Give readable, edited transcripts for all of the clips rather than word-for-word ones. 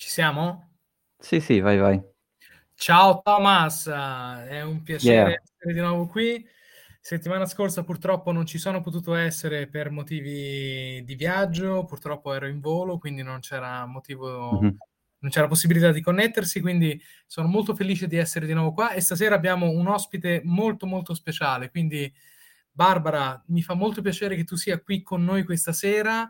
Ci siamo? Sì, sì, vai, vai. Ciao Thomas, è un Yeah. piacere essere di nuovo qui. Settimana scorsa purtroppo non ci sono potuto essere per motivi di viaggio, purtroppo ero in volo, quindi Mhm. non c'era possibilità di connettersi, quindi sono molto felice di essere di nuovo qua e stasera abbiamo un ospite molto molto speciale, quindi Barbara, mi fa molto piacere che tu sia qui con noi questa sera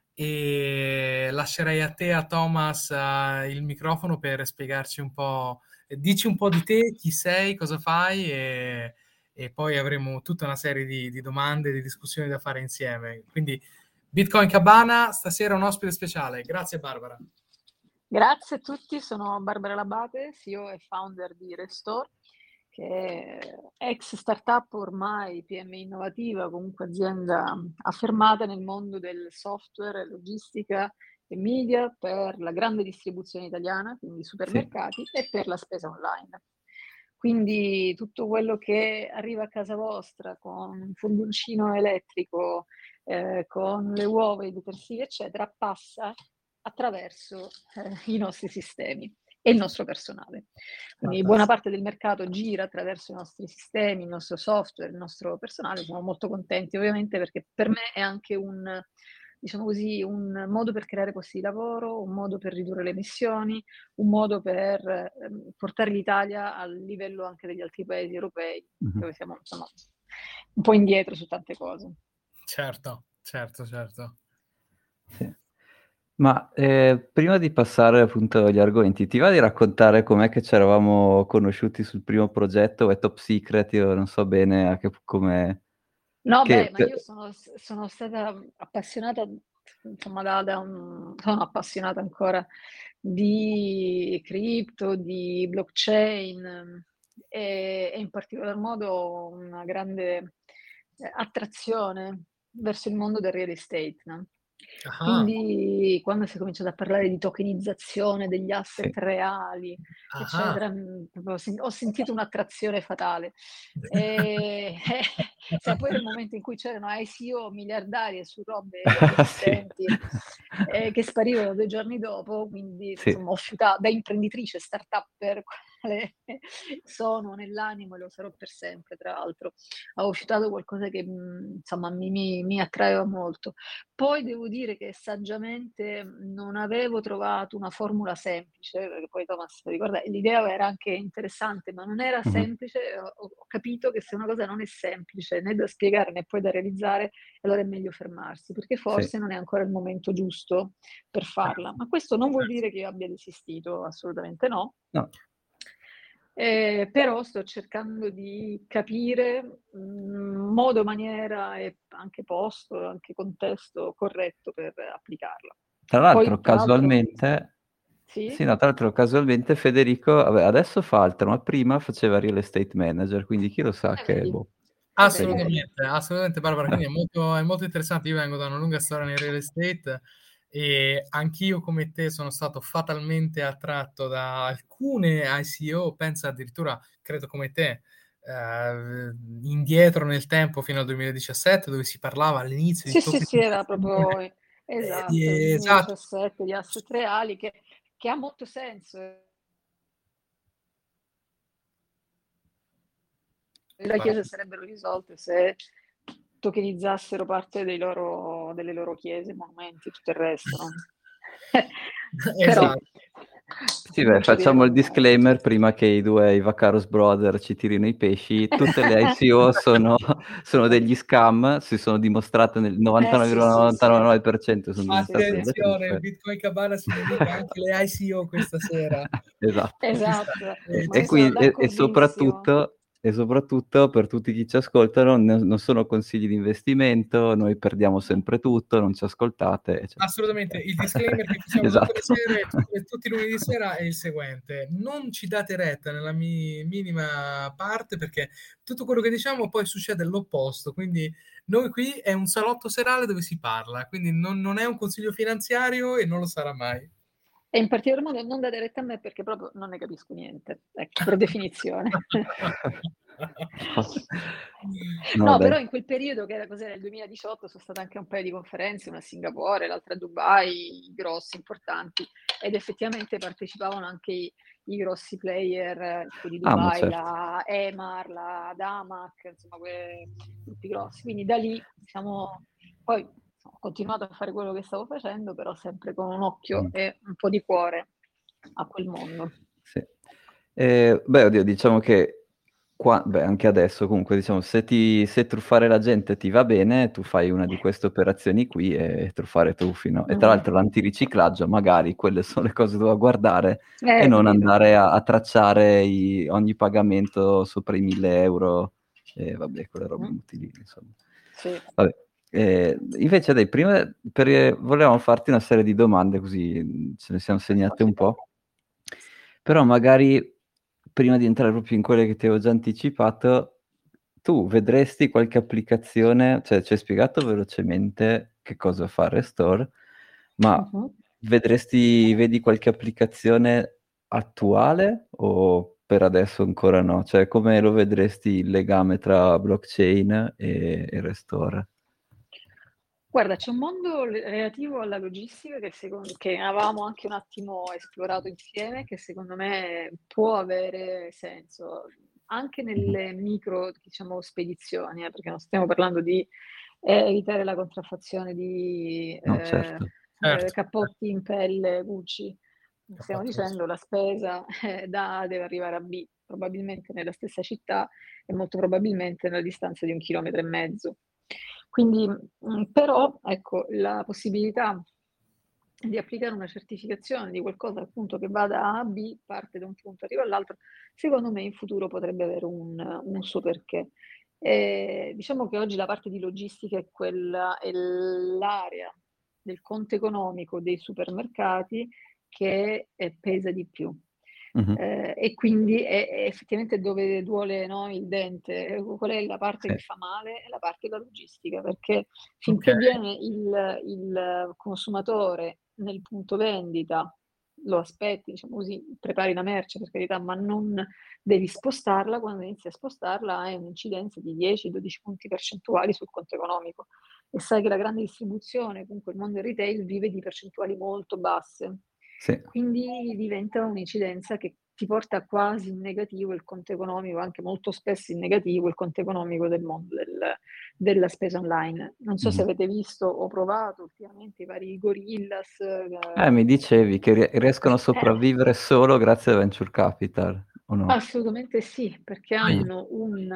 e lascerei a te, a Thomas, il microfono per spiegarci un po'. Dici un po' di te, chi sei, cosa fai e poi avremo tutta una serie di domande e di discussioni da fare insieme. Quindi Bitcoin Cabana, stasera un ospite speciale. Grazie Barbara. Grazie a tutti, sono Barbara Labate, CEO e founder di Restore, che è ex startup ormai PMI innovativa, comunque azienda affermata nel mondo del software, logistica e media per la grande distribuzione italiana, quindi Sì. supermercati, e per la spesa online. Quindi tutto quello che arriva a casa vostra con un fondoncino elettrico, con le uova, i detersivi, eccetera, passa attraverso i nostri sistemi e il nostro personale. Quindi buona Fantastico. parte del mercato gira attraverso i nostri sistemi, il nostro software, il nostro personale. Siamo molto contenti ovviamente perché per me è anche diciamo così, un modo per creare posti di lavoro, un modo per ridurre le emissioni, un modo per portare l'Italia al livello anche degli altri paesi europei, Mhm. dove siamo insomma un po' indietro su tante cose. Certo, certo, certo. Sì. Ma prima di passare appunto agli argomenti, ti va di raccontare com'è che ci eravamo conosciuti sul primo progetto, è top secret, io non so bene a come... No, beh, Che... ma io sono stata appassionata, insomma, sono appassionata ancora di cripto, di blockchain e in particolar modo una grande attrazione verso il mondo del real estate, no? Ah, Quindi quando si è cominciato a parlare di tokenizzazione degli Sì. asset reali, ah. eccetera, proprio ho sentito un'attrazione fatale. E, sai, poi era il momento in cui c'erano ICO miliardarie su robe Sì. inesistenti che sparivano 2 giorni dopo, quindi Sì. insomma ho fiutato da imprenditrice, start-upper, quale sono nell'animo e lo sarò per sempre, tra l'altro. Ho fiutato qualcosa che insomma mi attraeva molto. Poi devo dire che saggiamente non avevo trovato una formula semplice, perché poi Thomas, ricorda, l'idea era anche interessante, ma non era Mhm. semplice. Ho capito che se una cosa non è semplice né da spiegare né poi da realizzare, allora è meglio fermarsi, perché Sì. forse non è ancora il momento giusto per farla. Ma questo non vuol dire che io abbia desistito, assolutamente no. No. Però sto cercando di capire modo, maniera e anche posto, anche contesto corretto per applicarla. Tra Poi, l'altro, tra l'altro, casualmente, sì? sì, no, tra l'altro, casualmente Federico, vabbè, adesso fa altro, ma prima faceva real estate manager, quindi chi lo sa che, Vedi, boh, vedi. vedi. Assolutamente, assolutamente Barbara, quindi è molto interessante, io vengo da una lunga storia nel real estate e anch'io come te sono stato fatalmente attratto da alcune ICO, pensa addirittura, credo come te, indietro nel tempo fino al 2017 dove si parlava all'inizio di Sì, sì, sì, era tokenizzazione, proprio esatto, esatto. 2017 di asset reali che ha molto senso. Le Vai. chiese sarebbero risolte se tokenizzassero parte delle loro chiese, monumenti, tutto il resto, no? Però Esatto. Sì, beh, non ci facciamo arriveremo il mai. disclaimer prima che i Vacaros Brothers ci tirino i pesci. Tutte le ICO sono degli scam, si sono dimostrate nel Sì, sì, sì. 99,99% sono Sì, sì, dimostrate sì. delle Attenzione, il truffe. Bitcoin Cabana si nemica anche le ICO questa sera. Esatto. Ci sta. Esatto, ma E, io sono quindi, d'accordissimo. e soprattutto per tutti chi ci ascoltano, non sono consigli di investimento, noi perdiamo sempre tutto, non ci ascoltate, eccetera. Assolutamente, il disclaimer che facciamo tutte le Esatto. sere, tutti i lunedì sera è il seguente: non ci date retta nella minima parte perché tutto quello che diciamo poi succede l'opposto, quindi noi qui è un salotto serale dove si parla, quindi non è un consiglio finanziario e non lo sarà mai. E in particolar modo non date retta a me perché proprio non ne capisco niente, ecco, per definizione. No, No, vabbè. però in quel periodo, che era cos'era, il 2018, sono state anche un paio di conferenze, una a Singapore, l'altra a Dubai, grosse, importanti, ed effettivamente partecipavano anche i grossi player tipo di Ah, ma Dubai, certo. la Emar, la Damac, insomma, tutti grossi. Quindi da lì poi ho continuato a fare quello che stavo facendo, però sempre con un occhio Mm. e un po' di cuore a quel mondo. Sì. Beh, oddio, diciamo che anche adesso comunque, diciamo, se truffare la gente ti va bene, tu fai una di queste operazioni qui e truffare truffi, no? E tra l'altro l'antiriciclaggio, magari quelle sono le cose da guardare e non Capito. andare a tracciare ogni pagamento sopra i 1.000 euro, e vabbè, quelle robe inutili, insomma. Sì. Vabbè. Invece dai, prima volevamo farti una serie di domande così ce ne siamo segnate un po', però magari prima di entrare proprio in quelle che ti avevo già anticipato, tu vedresti qualche applicazione, cioè ci hai spiegato velocemente che cosa fa Restore, ma vedi qualche applicazione attuale o per adesso ancora no? Cioè come lo vedresti il legame tra blockchain e Restore? Guarda, c'è un mondo relativo alla logistica che avevamo anche un attimo esplorato insieme, che secondo me può avere senso anche nelle micro, diciamo, spedizioni, perché non stiamo parlando di evitare la contraffazione di No, certo. cappotti in pelle Gucci. Stiamo Cappotti dicendo la spesa da A deve arrivare a B, probabilmente nella stessa città e molto probabilmente nella distanza di 1,5 chilometri. Quindi, però, ecco, la possibilità di applicare una certificazione di qualcosa appunto che va da A a B, parte da un punto, arriva all'altro, secondo me in futuro potrebbe avere un suo perché. Diciamo che oggi la parte di logistica è l'area del conto economico dei supermercati che pesa di più. E quindi è effettivamente dove duole, no, il dente. Qual è la parte Sì. che fa male? È la parte della logistica, perché finché viene il consumatore nel punto vendita, lo aspetti, diciamo così, prepari la merce per carità, ma non devi spostarla, quando inizi a spostarla hai un'incidenza di 10-12 punti percentuali sul conto economico. E sai che la grande distribuzione, comunque il mondo del retail, vive di percentuali molto basse. Sì. Quindi diventa un'incidenza che ti porta quasi in negativo il conto economico, anche molto spesso in negativo il conto economico del mondo della spesa online. Non so se avete visto o provato ultimamente i vari Gorillas. Mi dicevi che riescono a sopravvivere solo grazie a Venture Capital, o no? Assolutamente sì, perché hanno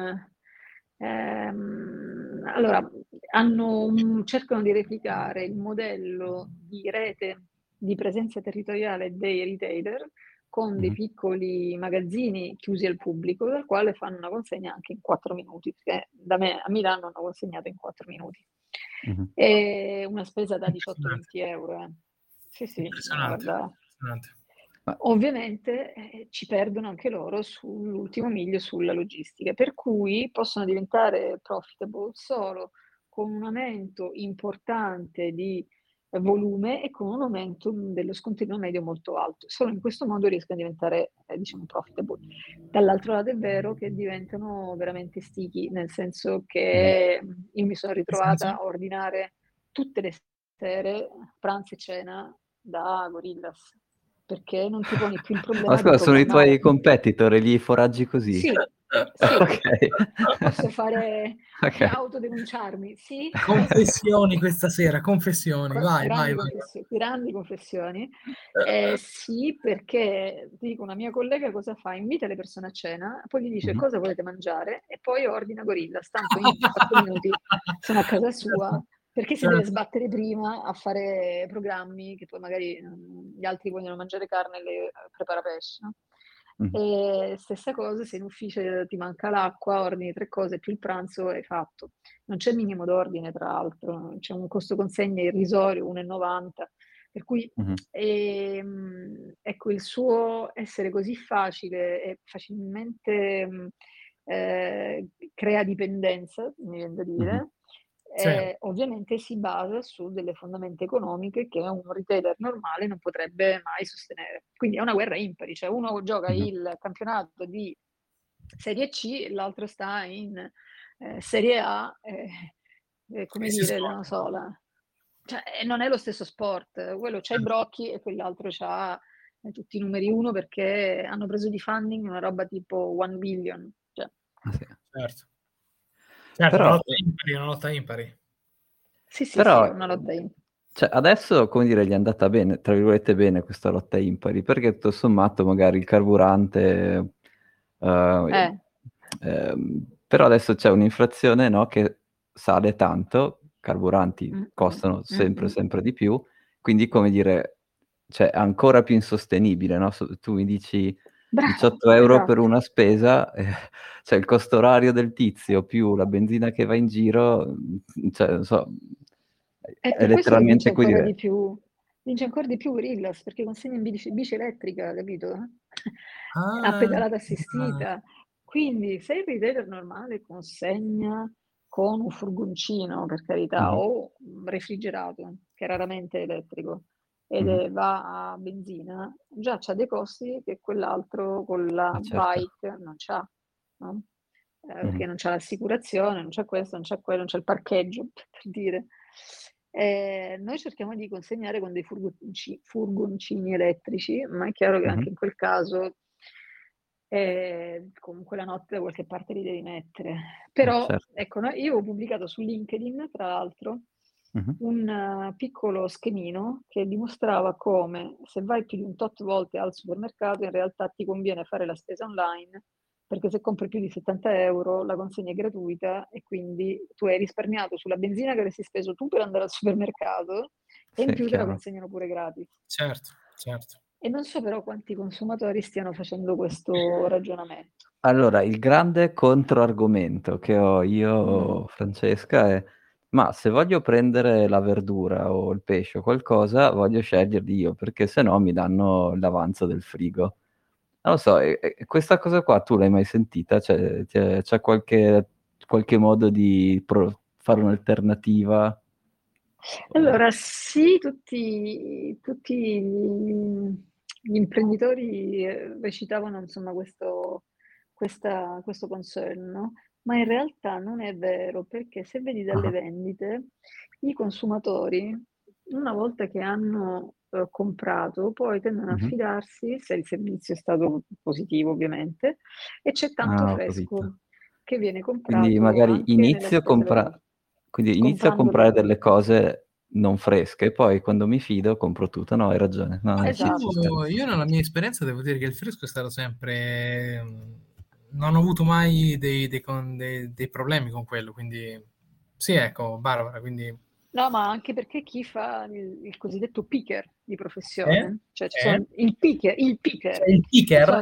allora, cercano di replicare il modello di rete di presenza territoriale dei retailer con dei piccoli magazzini chiusi al pubblico, dal quale fanno una consegna anche in 4 minuti, perché da me a Milano hanno consegnato in 4 minuti. E una spesa da 18-20 euro. Sì, Impressionante. guarda. Impressionante. Ovviamente ci perdono anche loro sull'ultimo miglio sulla logistica, per cui possono diventare profitable solo con un aumento importante di volume e con un aumento dello scontrino medio molto alto. Solo in questo modo riescono a diventare, diciamo, profitable. Dall'altro lato è vero che diventano veramente sticky, nel senso che io mi sono ritrovata a ordinare tutte le sere pranzo e cena da Gorillas, perché non ti poni più il problema di Scusa, sono i tuoi programmare. competitor e li foraggi così? Sì, Ok. posso fare Ok. autodenunciarmi, sì. Confessioni questa sera, confessioni, vai. Grandi confessioni. Sì, perché ti dico, una mia collega cosa fa? Invita le persone a cena, poi gli dice cosa volete mangiare e poi ordina Gorillas, tanto in 4 minuti sono a casa sua, perché si deve sbattere prima a fare programmi che poi magari gli altri vogliono mangiare carne e lei prepara pesce, no? E stessa cosa, se in ufficio ti manca l'acqua, ordini 3 cose più il pranzo, hai fatto. Non c'è minimo d'ordine, tra l'altro, c'è un costo consegna irrisorio, 1,90. Per cui, ecco, il suo essere così facile e facilmente crea dipendenza, mi viene da dire. Ovviamente si basa su delle fondamenta economiche che un retailer normale non potrebbe mai sostenere. Quindi è una guerra impari, cioè uno gioca il campionato di Serie C, l'altro sta in Serie A, come dire, non so, Cioè, non è lo stesso sport. Quello c'ha i brocchi e quell'altro c'ha tutti i numeri uno perché hanno preso di funding una roba tipo 1 billion. Cioè. Sì. Certo, Però, una lotta impari. Sì, però è una lotta impari. cioè, adesso, come dire, gli è andata bene, tra virgolette bene questa lotta impari, perché tutto sommato magari il carburante... però adesso c'è un'inflazione, no, che sale tanto, carburanti costano sempre di più, quindi come dire, cioè ancora più insostenibile, no? Tu mi dici 18 euro per una spesa, cioè il costo orario del tizio più la benzina che va in giro, cioè non so, È è per questo che vince letteralmente qui ancora dire... di più. Vince ancora di più Gorillas perché consegna in bici elettrica, capito? A pedalata assistita. Quindi se il retailer normale consegna con un furgoncino, per carità, o refrigerato, che è raramente elettrico, ed va a benzina, già c'ha dei costi che quell'altro con la certo. bike non c'ha, no? Perché non c'è l'assicurazione, non c'è questo, non c'è quello, non c'è il parcheggio, per dire. Noi cerchiamo di consegnare con dei furgoncini elettrici, ma è chiaro che anche in quel caso comunque la notte da qualche parte li devi mettere. Però, certo. ecco, io ho pubblicato su LinkedIn, tra l'altro, un piccolo schemino che dimostrava come se vai più di un tot volte al supermercato in realtà ti conviene fare la spesa online perché se compri più di 70 euro la consegna è gratuita e quindi tu hai risparmiato sulla benzina che avresti speso tu per andare al supermercato e in più te la consegnano pure gratis. Certo. E non so però quanti consumatori stiano facendo questo ragionamento. Allora, il grande controargomento che ho io, Francesca, è ma se voglio prendere la verdura o il pesce o qualcosa, voglio sceglierli io, perché se no mi danno l'avanzo del frigo. Non lo so, questa cosa qua tu l'hai mai sentita? Cioè, c'è qualche modo di fare un'alternativa? Allora, sì, tutti gli imprenditori recitavano insomma questo concern, no? Ma in realtà non è vero, perché se vedi dalle vendite, i consumatori, una volta che hanno comprato, poi tendono a fidarsi, se il servizio è stato positivo ovviamente, e c'è tanto Ah, ho fresco capito. che viene Quindi comprato magari anche nelle spese locali. inizio a Comprando comprare locale. delle cose non fresche, poi quando mi fido compro tutto. No, hai ragione. No, ci sta. Io nella mia esperienza devo dire che il fresco è stato sempre... Non ho avuto mai dei problemi con quello, quindi... Sì, ecco, Barbara, quindi... No, ma anche perché chi fa il cosiddetto picker di professione, cioè ci sono Il picker? il picker,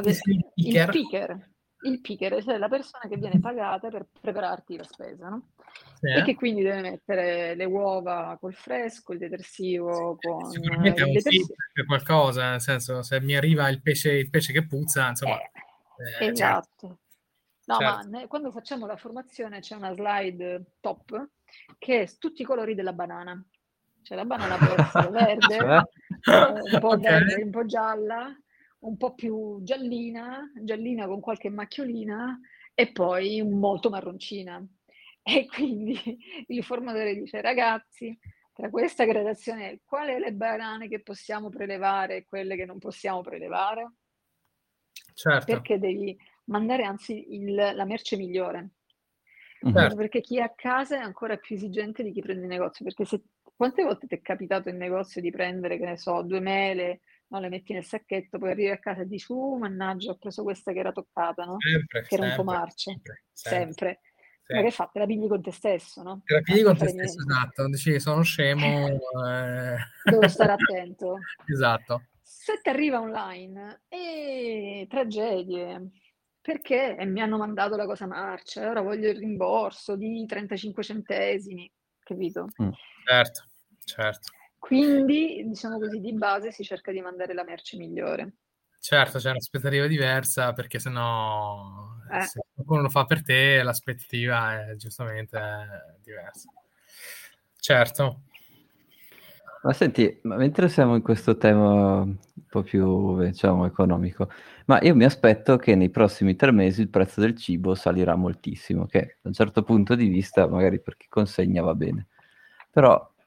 cioè la persona che viene pagata per prepararti la spesa, no? E che quindi deve mettere le uova col fresco, il detersivo con Sicuramente è il un detersivo. feedback, qualcosa, nel senso, se mi arriva il pesce che puzza, insomma, certo, Esatto. No, ma certo. quando facciamo la formazione c'è una slide top che è tutti i colori della banana. Cioè la banana può essere Cioè? verde, un po' Ok. verde, un po' gialla, un po' più giallina con qualche macchiolina e poi molto marroncina. E quindi il formatore dice, ragazzi, tra questa gradazione, quali le banane che possiamo prelevare e quelle che non possiamo prelevare? Certo, Perché devi mandare anzi la merce migliore. Proprio certo. perché chi è a casa è ancora più esigente di chi prende in negozio. Perché quante volte ti è capitato in negozio di prendere, che ne so, 2 mele, no, le metti nel sacchetto, poi arrivi a casa e dici, mannaggia, ho preso questa che era toccata, no? Che era un po' marcia. Sempre. Ma che fa? Te la pigli con te stesso, no? Te la Non pigli puoi con te fare stesso, niente. esatto. Dici, sono scemo. Devo stare attento. Esatto. Se ti arriva online, tragedie, perché mi hanno mandato la cosa marcia, e ora voglio il rimborso di 35 centesimi, capito? Certo. Quindi, diciamo così, di base si cerca di mandare la merce migliore. Certo, c'è un'aspettativa diversa perché sennò Eh. se qualcuno lo fa per te l'aspettativa è giustamente diversa. Certo. Ma senti, mentre siamo in questo tema un po' più, diciamo, economico, ma io mi aspetto che nei prossimi 3 mesi il prezzo del cibo salirà moltissimo, che da un certo punto di vista, magari per chi consegna va bene. Però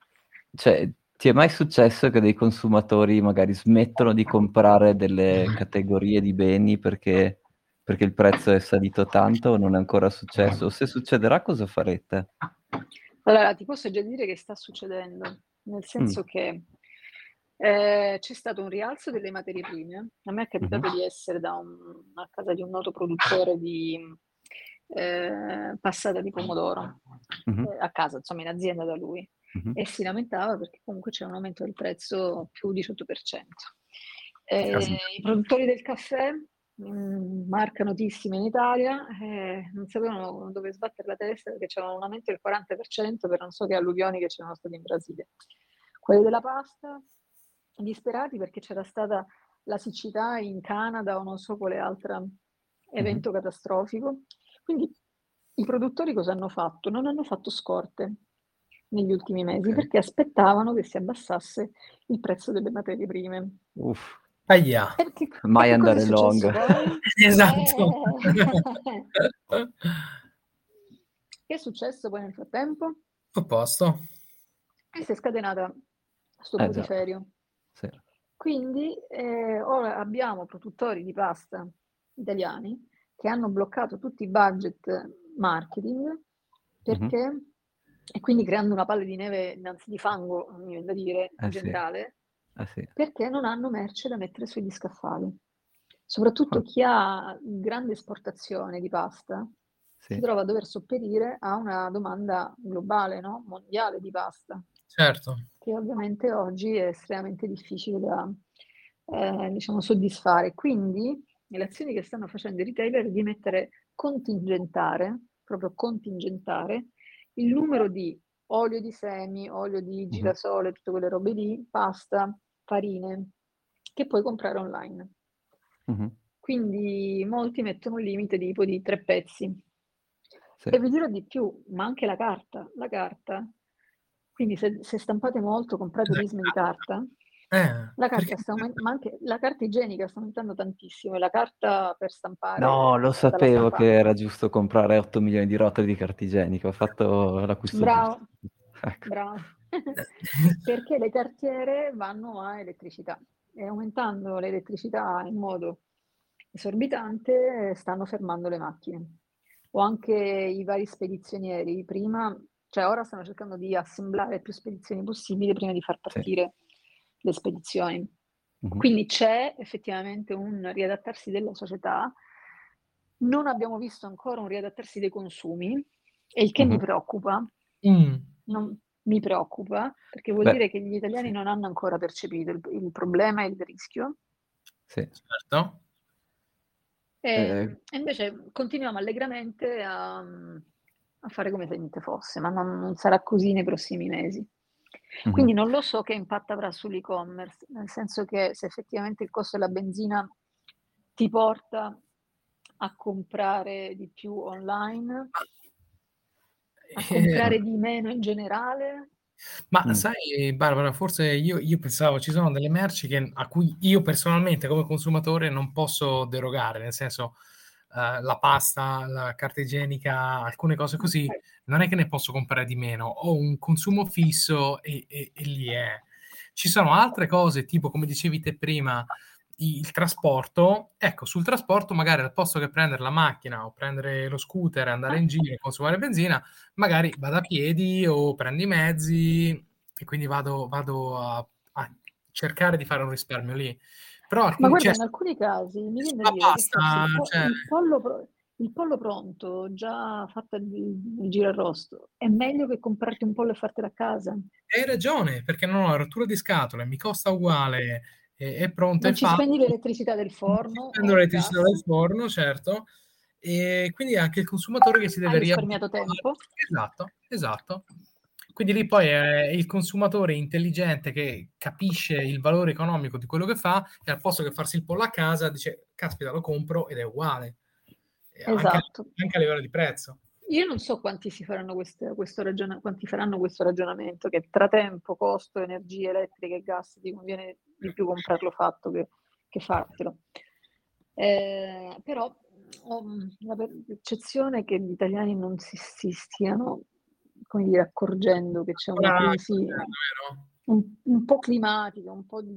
Cioè, ti è mai successo che dei consumatori magari smettono di comprare delle categorie di beni perché il prezzo è salito tanto o non è ancora successo? O se succederà, cosa farete? Allora, ti posso già dire che sta succedendo, nel Mm, senso che c'è stato un rialzo delle materie prime. A me è capitato mhm, di essere a casa di un noto produttore di passata di pomodoro, mhm, a casa, insomma, in azienda da lui, mhm. e si lamentava perché comunque c'era un aumento del prezzo più 18%. Caspita. I produttori del caffè, marca notissima in Italia, non sapevano dove sbattere la testa perché c'era un aumento del 40% per non so che alluvioni che c'erano stati in Brasile. Quelli della pasta, disperati perché c'era stata la siccità in Canada o non so quale altro Mhm. evento catastrofico. Quindi i produttori cosa hanno fatto? Non hanno fatto scorte negli ultimi mesi Ok. perché aspettavano che si abbassasse il prezzo delle materie prime. Uff, Ahia. E mai che cosa è andare successo long. poi? Esatto. Che è successo poi nel frattempo? A posto. E si è scatenata sto Già, putiferio. sì. Quindi ora abbiamo produttori di pasta italiani che hanno bloccato tutti i budget marketing Mhm. perché, e quindi creando una palla di neve, anzi di fango, mi viene da dire, Sì, generale, sì. perché non hanno merce da mettere sugli scaffali. Soprattutto Ah, chi ha grande esportazione di pasta si sì. trova a dover sopperire a una domanda globale, no? Mondiale di pasta, Certo. che ovviamente oggi è estremamente difficile da diciamo, soddisfare. Quindi le azioni che stanno facendo i retailer è di mettere, proprio contingentare, il numero di olio di semi, olio di Mhm, girasole, tutte quelle robe lì, pasta, farine, che puoi comprare online. mhm. Quindi molti mettono un limite tipo di 3 pezzi. Sì. E vi dirò di più, ma anche la carta. La carta, quindi se stampate molto, comprate risme di carta, la Perché? carta ma anche la carta igienica sta aumentando tantissimo e la carta per No, stampare lo è stata la sapevo che stampante. era giusto comprare 8 milioni di rotoli di carta igienica, ho fatto l'acquisto giusto. Bravo, Ecco. bravo. Perché le cartiere vanno a elettricità e aumentando l'elettricità in modo esorbitante stanno fermando le macchine. O anche i vari spedizionieri, prima, cioè ora stanno cercando di assemblare più spedizioni possibili prima di far Sì. partire le spedizioni. Mhm, Quindi c'è effettivamente un riadattarsi della società. Non abbiamo visto ancora un riadattarsi dei consumi, e il che mi mhm. preoccupa. Mm, Mi preoccupa perché vuol Beh, dire che gli italiani sì, non hanno ancora percepito il problema e il rischio. sì. certo. Eh, E invece continuiamo allegramente a fare come se niente fosse, ma non sarà così nei prossimi mesi. mhm, Quindi non lo so che impatto avrà sull'e-commerce, nel senso che se effettivamente il costo della benzina ti porta a comprare di più online, a Eh, comprare di meno in generale. Ma mm, sai, Barbara, forse io pensavo ci sono delle merci a cui io personalmente come consumatore non posso derogare, nel senso la pasta, la carta igienica, alcune cose così, non è che ne posso comprare di meno, ho un consumo fisso e lì è. Ci sono altre cose, tipo come dicevi te prima, il trasporto, ecco, sul trasporto magari al posto che prendere la macchina o prendere lo scooter e andare in giro e consumare benzina, magari vado a piedi o prendo i mezzi e quindi vado a cercare di fare un risparmio lì. Però Ma alcuni, guarda, cioè, in alcuni casi mi viene da sulla dire che forse pasta, cioè, il pollo pronto, già fatto il giro arrosto, è meglio che comprarti un pollo e fartelo a casa. hai ragione, perché non ho la rottura di scatole, mi costa uguale, è pronto, è Non ci fatto, spendi l'elettricità del non ci forno spendo o il l'elettricità gas, del forno, certo, e quindi è anche il consumatore che si hai deve risparmiato riabituare. tempo. Esatto, esatto. Quindi lì poi è il consumatore intelligente che capisce il valore economico di quello che fa e al posto che farsi il pollo a casa dice, caspita, lo compro ed è uguale, anche, Esatto. anche a livello di prezzo. Io non so quanti quanti faranno questo ragionamento, che tra tempo, costo, energie elettriche e gas ti conviene di più comprarlo fatto che fartelo. Però ho la percezione che gli italiani non si stiano come dire, accorgendo che c'è una crisi vero? un po' climatica, un po'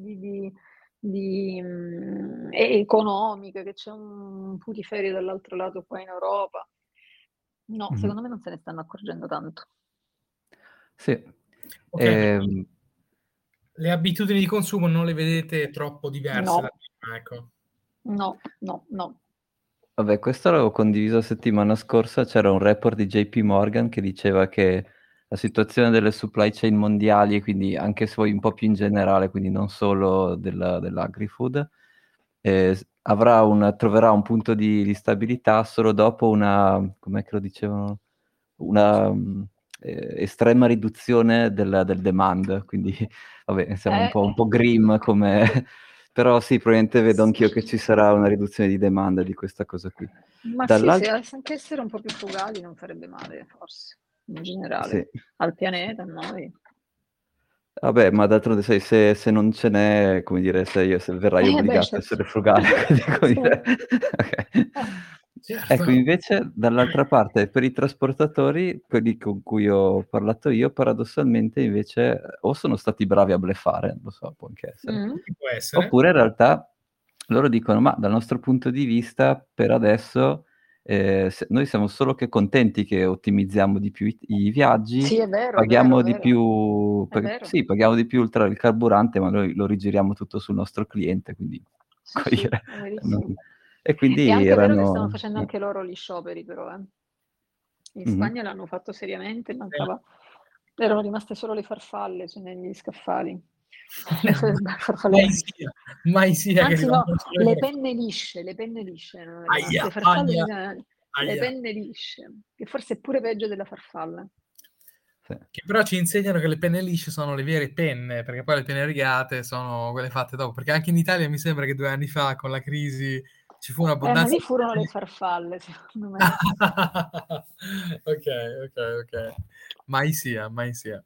economica, che c'è un putiferio dall'altro lato qua in Europa. No, Mhm. secondo me non se ne stanno accorgendo tanto. Sì. Ok, quindi le abitudini di consumo non le vedete troppo diverse da No, prima, ecco. no, no, no. Vabbè, questo l'avevo condiviso la settimana scorsa, c'era un report di JP Morgan che diceva che la situazione delle supply chain mondiali, quindi anche se vuoi un po' più in generale, quindi non solo dell'agri-food, troverà un punto di stabilità solo dopo com'è che lo dicevano? Una estrema riduzione del demand, quindi vabbè, siamo un po' grim come... Però sì, probabilmente vedo anch'io che ci sarà una riduzione di domanda di questa cosa qui. Ma sì, anche essere un po' più frugali non farebbe male, forse, in generale, Sì. al pianeta, a noi. Vabbè, ma d'altronde se non ce n'è, come dire, se verrai obbligato a certo. essere frugale, quindi, come dire. Ok. Certo. Ecco, invece, dall'altra parte, per i trasportatori, quelli con cui ho parlato io, paradossalmente, invece, o sono stati bravi a bleffare, lo so, può anche essere, Può essere. oppure in realtà loro dicono, ma dal nostro punto di vista, per adesso, noi siamo solo che contenti che ottimizziamo di più i viaggi, Sì, è vero, paghiamo è di vero. più, È vero. sì, paghiamo di più il carburante, ma noi lo rigiriamo tutto sul nostro cliente, quindi, Sì, come sì, dire, è verissimo. e quindi È anche vero che stanno erano... facendo anche loro gli scioperi, però, In Mhm. Spagna l'hanno fatto seriamente, erano rimaste solo le farfalle, cioè negli scaffali. Mai sia che Anzi no, rimangono solo le penne lisce erano rimaste, Aia, le farfalle aia, le aia. penne lisce, che forse è pure peggio della farfalla. Sì. Che però ci insegnano che le penne lisce sono le vere penne, perché poi le penne rigate sono quelle fatte dopo. Perché anche in Italia mi sembra che 2 anni fa, con la crisi, ci fu Ma un'abbondanza lì di furono le penne farfalle, secondo me. Ok. Mai sia, mai sia.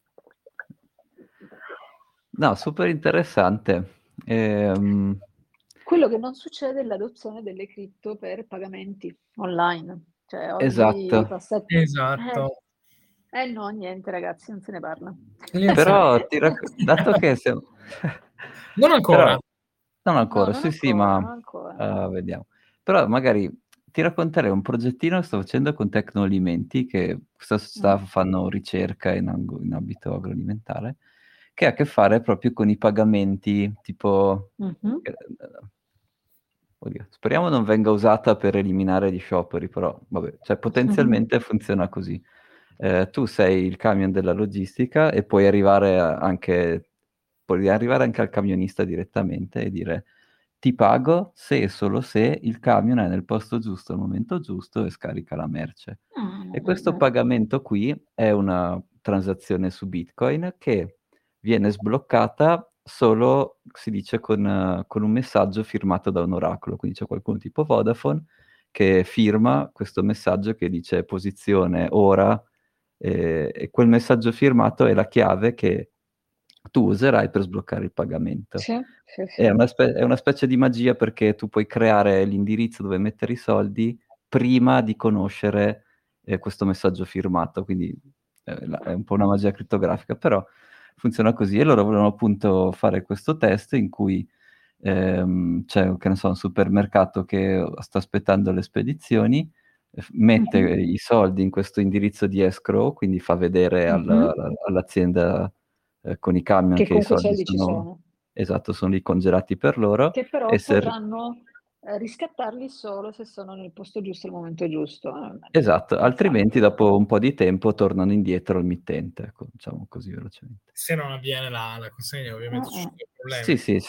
No, super interessante. Quello che non succede è l'adozione delle cripto per pagamenti online. Cioè oggi Esatto. Esatto. No, niente ragazzi, non se ne parla. Però, dato che siamo... Non ancora. Però, non No, ancora, non sì, ancora, ma non ancora. vediamo. Però magari ti racconterei un progettino che sto facendo con Tecnoalimenti, che questa società fanno ricerca in ambito agroalimentare, che ha a che fare proprio con i pagamenti, tipo... oddio, speriamo non venga usata per eliminare gli scioperi, però vabbè, cioè potenzialmente funziona così. Tu sei il camion della logistica e puoi arrivare anche al camionista direttamente e dire ti pago se e solo se il camion è nel posto giusto al momento giusto e scarica la merce. E questo pagamento qui è una transazione su Bitcoin che viene sbloccata solo, si dice, con un messaggio firmato da un oracolo. Quindi c'è qualcuno tipo Vodafone che firma questo messaggio che dice posizione ora, e quel messaggio firmato è la chiave che tu userai per sbloccare il pagamento. Sì. È una specie di magia perché tu puoi creare l'indirizzo dove mettere i soldi prima di conoscere questo messaggio firmato, quindi è un po' una magia crittografica, però funziona così e loro volevano appunto fare questo test in cui c'è, che ne so, un supermercato che sta aspettando le spedizioni, mette i soldi in questo indirizzo di escrow, quindi fa vedere all'azienda con i camion Che che i comunque i soldi soldi ci sono. esatto, sono lì congelati per loro, Che però e se... potranno riscattarli solo se sono nel posto giusto al momento giusto. Esatto, Pensate. altrimenti dopo un po' di tempo tornano indietro al mittente, ecco, diciamo così velocemente. Se non avviene la consegna, ovviamente ci sono dei Sì, problemi. sì,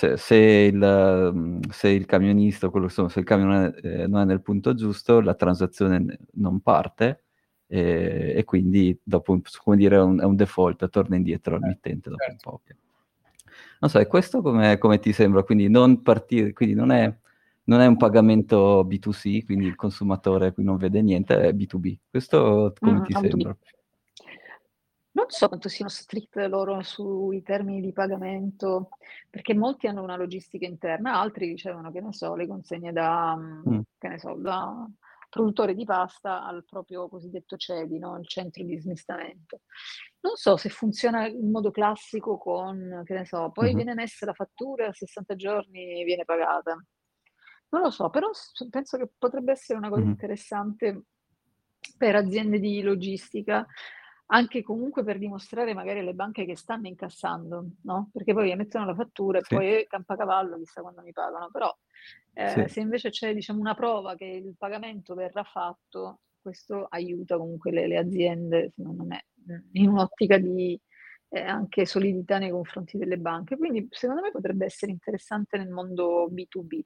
se il camionista, se il camion non è nel punto giusto, la transazione non parte e quindi dopo, come dire, è un default, torna indietro al mittente dopo un Certo. po'. Non so, e questo come ti sembra? Quindi non partire, quindi non è un pagamento B2C, quindi il consumatore qui non vede niente, è B2B. Questo come ti sembra? Non so quanto siano strict loro sui termini di pagamento, perché molti hanno una logistica interna, altri ricevono, che ne so, le consegne da produttore di pasta al proprio cosiddetto CEDI, no? Il centro di smistamento. Non so se funziona in modo classico con, che ne so, poi viene messa la fattura, a 60 giorni viene pagata. Non lo so, però penso che potrebbe essere una cosa interessante per aziende di logistica, anche comunque per dimostrare magari alle banche che stanno incassando, no? Perché poi emettono la fattura e Sì, poi campacavallo, chissà quando mi pagano, però sì. se invece c'è, diciamo, una prova che il pagamento verrà fatto, questo aiuta comunque le aziende, secondo me, in un'ottica di anche solidità nei confronti delle banche. Quindi secondo me potrebbe essere interessante nel mondo B2B.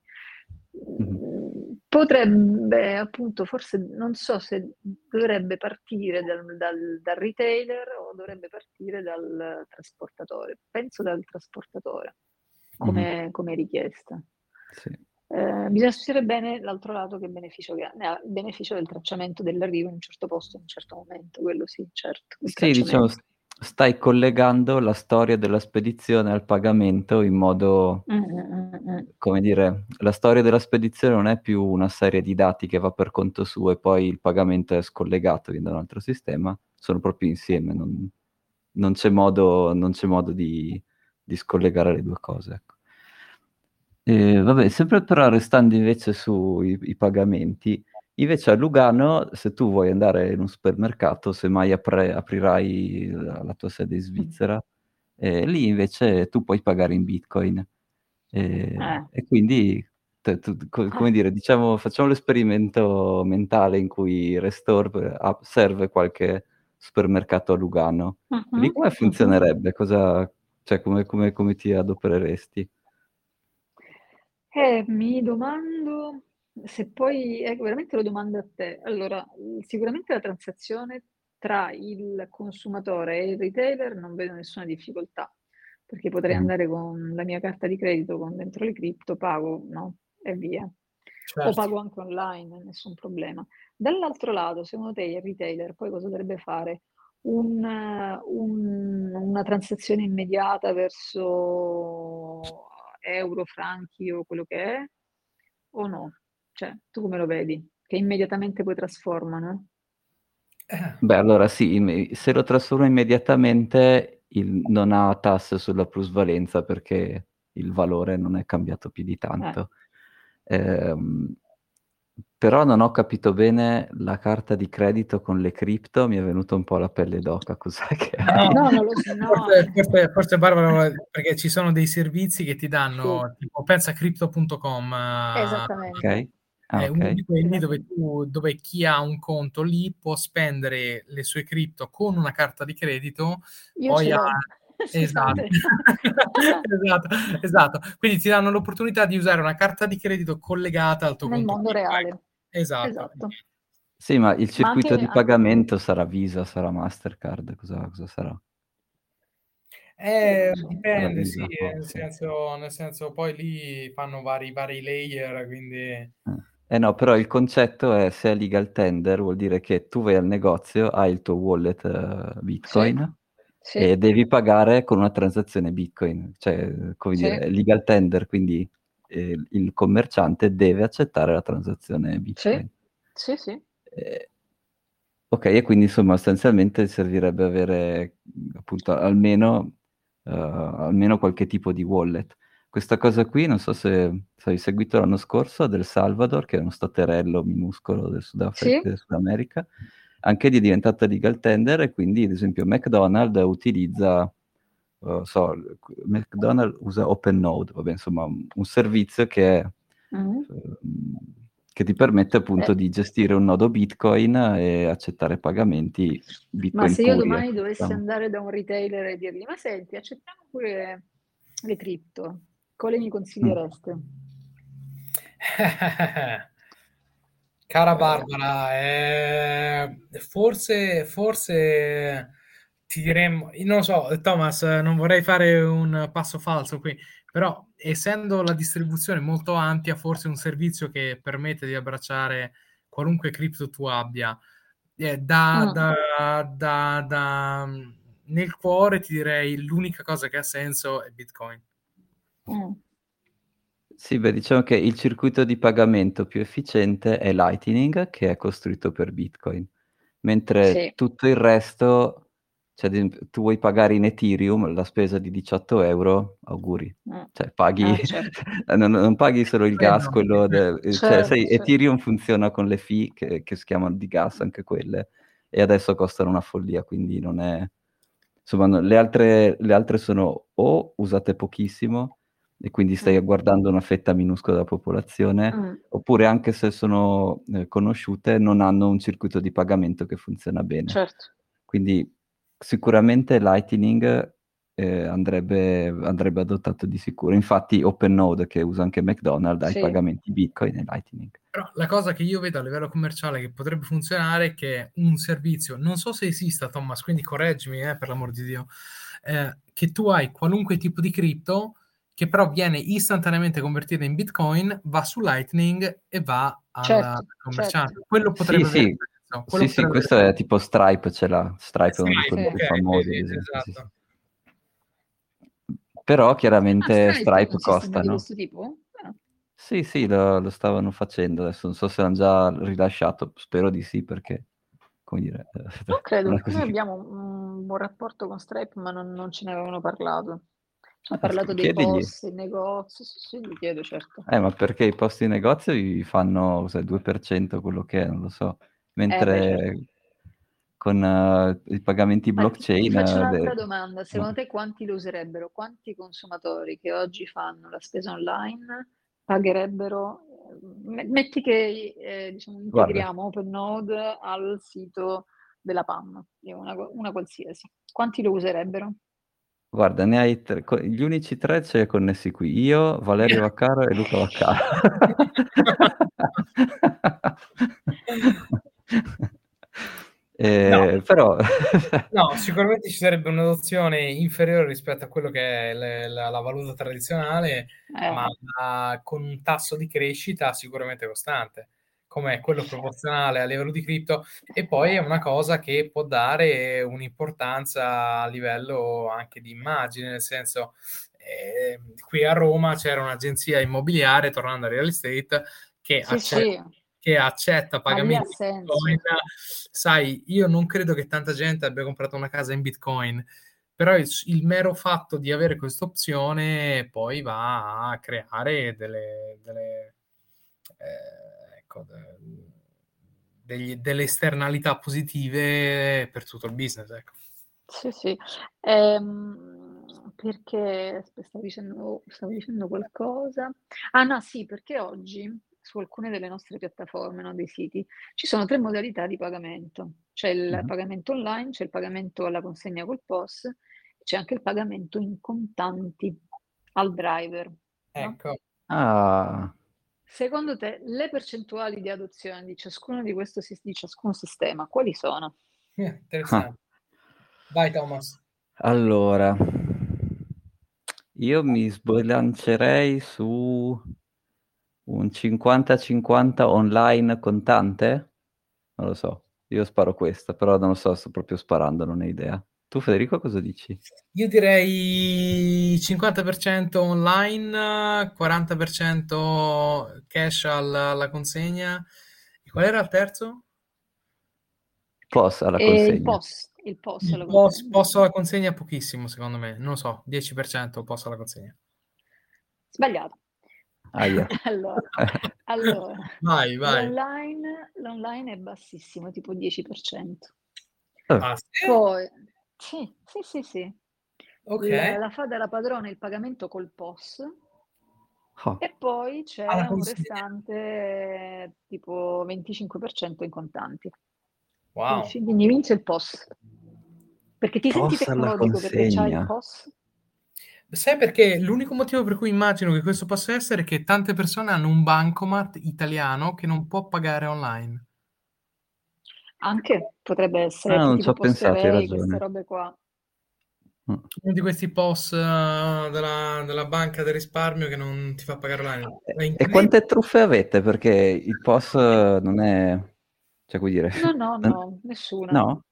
Potrebbe appunto, forse non so se dovrebbe partire dal retailer o dovrebbe partire dal trasportatore. Penso dal trasportatore come richiesta. Sì. Bisogna studiare bene l'altro lato che beneficio che ha. Ne ha il beneficio del tracciamento dell'arrivo in un certo posto, in un certo momento, quello sì, certo, il Sì, diciamo, tracciamento. stai collegando la storia della spedizione al pagamento in modo, come dire, la storia della spedizione non è più una serie di dati che va per conto suo e poi il pagamento è scollegato da un altro sistema, sono proprio insieme, non c'è modo di scollegare le due cose, ecco. Vabbè, sempre però restando invece sui i pagamenti, invece a Lugano, se tu vuoi andare in un supermercato, se mai aprirai la tua sede in Svizzera, lì invece tu puoi pagare in Bitcoin. E quindi, come dire, diciamo, facciamo l'esperimento mentale in cui Restore serve qualche supermercato a Lugano. Lì come funzionerebbe? Cioè, come ti adopereresti? Mi domando se poi, ecco, veramente lo domando a te. Allora, sicuramente la transazione tra il consumatore e il retailer non vedo nessuna difficoltà, perché potrei andare con la mia carta di credito con dentro le cripto, pago, no? E via. O pago anche online, nessun problema. Dall'altro lato, secondo te il retailer poi cosa dovrebbe fare? Una transazione immediata verso euro, franchi o quello che è, o no? Cioè, tu come lo vedi? Che immediatamente poi trasformano? Beh, allora sì, se lo trasformo immediatamente non ha tasse sulla plusvalenza perché il valore non è cambiato più di tanto. Ehm, Però non ho capito bene la carta di credito con le cripto, mi è venuta un po' la pelle d'oca, cos'è che No, No, non lo so, no. forse Barbara, perché ci sono dei servizi che ti Sì, danno, tipo, pensa a crypto.com, esattamente. Ok? Ah, è uno ok. di quelli Esatto. dove chi ha un conto lì può spendere le sue cripto con una carta di credito, Io ce poi ha... l'ho, Esatto. scusate. Esatto, esatto. Quindi ti danno l'opportunità di usare una carta di credito collegata al tuo Nel conto mondo Bitcoin. reale. Esatto. Esatto. Sì, ma il Ma circuito anche, di pagamento sarà Visa, sarà Mastercard, cosa sarà? non lo so. Sarà Dipende, sì, Visa, oh, sì. nel senso poi lì fanno vari layer, quindi... No, però il concetto è se è legal tender, vuol dire che tu vai al negozio, hai il tuo wallet Sì, Bitcoin sì, e devi pagare con una transazione Bitcoin. Cioè, come dire, sì, è legal tender, quindi il commerciante deve accettare la transazione sì, Bitcoin. sì, sì. Eh, ok, e quindi insomma sostanzialmente servirebbe avere appunto almeno qualche tipo di wallet. Questa cosa qui, non so se hai seguito l'anno scorso, del Salvador, che è uno staterello minuscolo Sì? del Sud America, anche lì è diventata legal tender e quindi ad esempio McDonald's utilizza, McDonald's usa OpenNode, vabbè, insomma un servizio Mm. che ti permette Eh, appunto di gestire un nodo Bitcoin e accettare pagamenti ma Bitcoin se io puri, domani ecco, dovessi diciamo. andare da un retailer e dirgli, ma senti, accettiamo pure le cripto, quale mi Mm. consigliereste? Cara Barbara, forse ti diremmo, non lo so, Thomas, non vorrei fare un passo falso qui, però essendo la distribuzione molto ampia, forse un servizio che permette di abbracciare qualunque cripto tu abbia, eh, da, Mm, da- nel cuore ti direi l'unica cosa che ha senso è Bitcoin. mm. Sì, beh, diciamo che il circuito di pagamento più efficiente è Lightning, che è costruito per Bitcoin, mentre Sì. tutto il resto, cioè tu vuoi pagare in Ethereum la spesa di 18 euro, auguri. Mm. Cioè paghi, Certo. non paghi solo il gas, Quello, quello cioè sai, Certo, certo. Ethereum funziona con le fee che si chiamano di gas anche quelle, e adesso costano una follia, quindi non è... Insomma, le altre sono o usate pochissimo, e quindi stai Mm, guardando una fetta minuscola della popolazione, mm, oppure anche se sono conosciute non hanno un circuito di pagamento che funziona bene. certo. Quindi sicuramente Lightning andrebbe adottato di sicuro. Infatti OpenNode, che usa anche McDonald's, ha i Sì. pagamenti Bitcoin e Lightning. Però la cosa che io vedo a livello commerciale che potrebbe funzionare è che un servizio, non so se esista, Thomas, quindi correggimi, per l'amor di Dio, che tu hai qualunque tipo di cripto che però viene istantaneamente convertita in Bitcoin, va su Lightning e va al Certo, commerciante. certo. Quello Sì, potrebbe avere sì, senso. Quello sì, sì, potrebbe avere questo è tipo Stripe, ce l'ha. Stripe è uno di Stripe, quelli Sì. più ok, sì, famosi, ad sì, esempio, sì, sì. esatto. Però Ah, chiaramente Stripe ha Stripe un sistema costa, di no? questo tipo? Ah, Sì, sì, lo stavano facendo, adesso non so se l'hanno già rilasciato, spero di sì, perché, come dire, non non è credo. Noi così. abbiamo un buon rapporto con Stripe, ma non ce ne avevano parlato. Ci hanno parlato dei Chiedigli. POS, dei negozi. Sì, sì, gli chiedo, certo. Ma perché i posti di negozio vi fanno, cos'è, 2% quello che è, non lo so, Beh, certo. mentre con i pagamenti Ma ti blockchain... faccio un'altra domanda. Secondo no. te quanti lo userebbero? Quanti consumatori che oggi fanno la spesa online pagherebbero? Metti che diciamo, Guarda, integriamo OpenNode al sito della PAM, una qualsiasi. Quanti lo userebbero? Guarda, ne hai tre, gli unici tre ce li hai connessi qui, io, Valerio Vaccaro e Luca Vaccaro. No, Però... no, sicuramente ci sarebbe un'adozione inferiore rispetto a quello che è la valuta tradizionale, ma Eh, con un tasso di crescita sicuramente costante, come quello proporzionale a livello di cripto, e poi è una cosa che può dare un'importanza a livello anche di immagine, nel senso, qui a Roma c'era un'agenzia immobiliare, tornando al real estate, che sì, sì, accetta ma lì ha pagamenti in Bitcoin. senso. Sai, io non credo che tanta gente abbia comprato una casa in Bitcoin, però il mero fatto di avere questa opzione poi va a creare ecco, delle esternalità positive per tutto il business, ecco. Sì, sì. Perché aspetta, stavo dicendo qualcosa. Ah no, sì, perché oggi su alcune delle nostre piattaforme, no, dei siti, ci sono tre modalità di pagamento. C'è il Mhm. pagamento online, c'è il pagamento alla consegna col POS, c'è anche il pagamento in contanti al driver, no? Ecco, Ah, Secondo te, le percentuali di adozione di ciascuno di ciascun sistema, quali sono? ah. interessante. Vai, Thomas. Allora, io mi sbilancerei su un 50-50 online contante? Non lo so, io sparo questa, però non lo so, sto proprio sparando, non ho idea. Tu Federico cosa dici? Io direi 50% online, 40% cash alla consegna. E qual era il terzo? POS alla E consegna. il POS alla Posso consegna. alla consegna pochissimo, secondo me. Non lo so, 10% posso alla consegna. Sbagliato. Aia. Allora, allora, Vai, vai. l'online è bassissimo, tipo 10%. Eh, Ah, sì? Poi, sì, sì, sì, sì. Ok. La fa dalla padrona il pagamento col POS oh, e poi Alla c'è un consegna. restante tipo 25% in contanti. Wow. Quindi vince il POS. Perché ti senti POS alla tecnologico perché c'hai il consegna. POS? Sai perché l'unico motivo per cui immagino che questo possa essere è che tante persone hanno un bancomat italiano che non può pagare online. Anche potrebbe essere Ah, non ci tipo ho pensato, hai Posterei, queste ragione. robe qua. Mm. Uno di questi POS della banca del risparmio che non ti fa pagare online. È E incredibile. quante truffe avete? Perché il POS non è... Cioè, come dire... No, no, non- no, nessuna. No?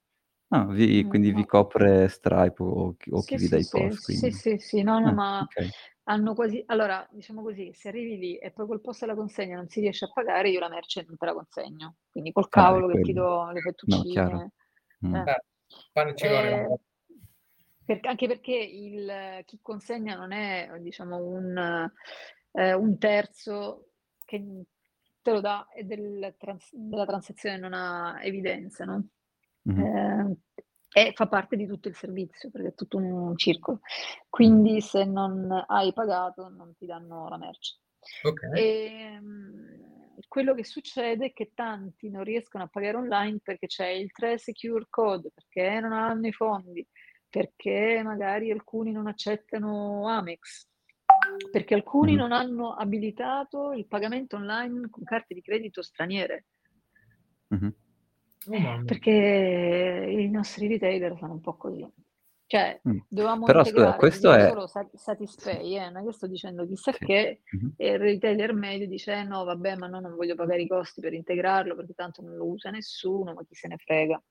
Ah, quindi vi No. copre Stripe o chi Sì, vi dà sì, i sì, POS, sì, quindi. sì, sì, no, no, ma Ok. hanno quasi allora, diciamo così, se arrivi lì e poi col posto alla consegna non si riesce a pagare, io la merce non te la consegno. Quindi col Ah, è cavolo che ti quello. do le No, chiaro. fettuccine. Mm. Eh. Pane e cicoria. Ehm, anche perché chi consegna non è, diciamo, un terzo che te lo dà e della transazione non ha evidenza, no, Mhm. ehm, e fa parte di tutto il servizio, perché è tutto un circolo. Mhm. Quindi se non hai pagato non ti danno la merce. Ok. Quello che succede è che tanti non riescono a pagare online perché c'è il 3 secure code, perché non hanno i fondi, perché magari alcuni non accettano Amex, perché alcuni Mhm. non hanno abilitato il pagamento online con carte di credito straniere. Mhm. Oh, mamma. Perché i nostri retailer sono un po' così. Cioè, Mm. dovevamo Però scusa, integrare, ti questo dico è. solo Satispay, non è che sto dicendo chissà Sì. che, Mhm. e il retailer medio dice, no, vabbè, ma no, non voglio pagare i costi per integrarlo, perché tanto non lo usa nessuno, ma chi se ne frega.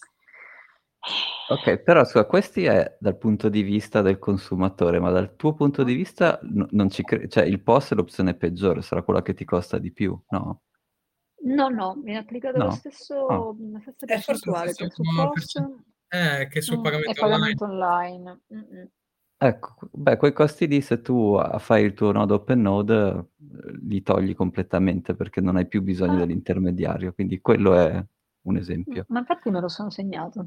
Ok, però scusa, questi è dal punto di vista del consumatore, ma dal tuo punto di vista non cioè il POS è l'opzione peggiore, sarà quella che ti costa di più, no? No, no, viene applicata No? Ah, la stessa Forse lo percentuale stesso sia su POS che sul e pagamento online. pagamento online. Mm-mm. ecco, beh, quei costi lì se tu fai il tuo nodo open node li togli completamente perché non hai più bisogno Ah, dell'intermediario, quindi quello è un esempio. ma infatti me lo sono segnato.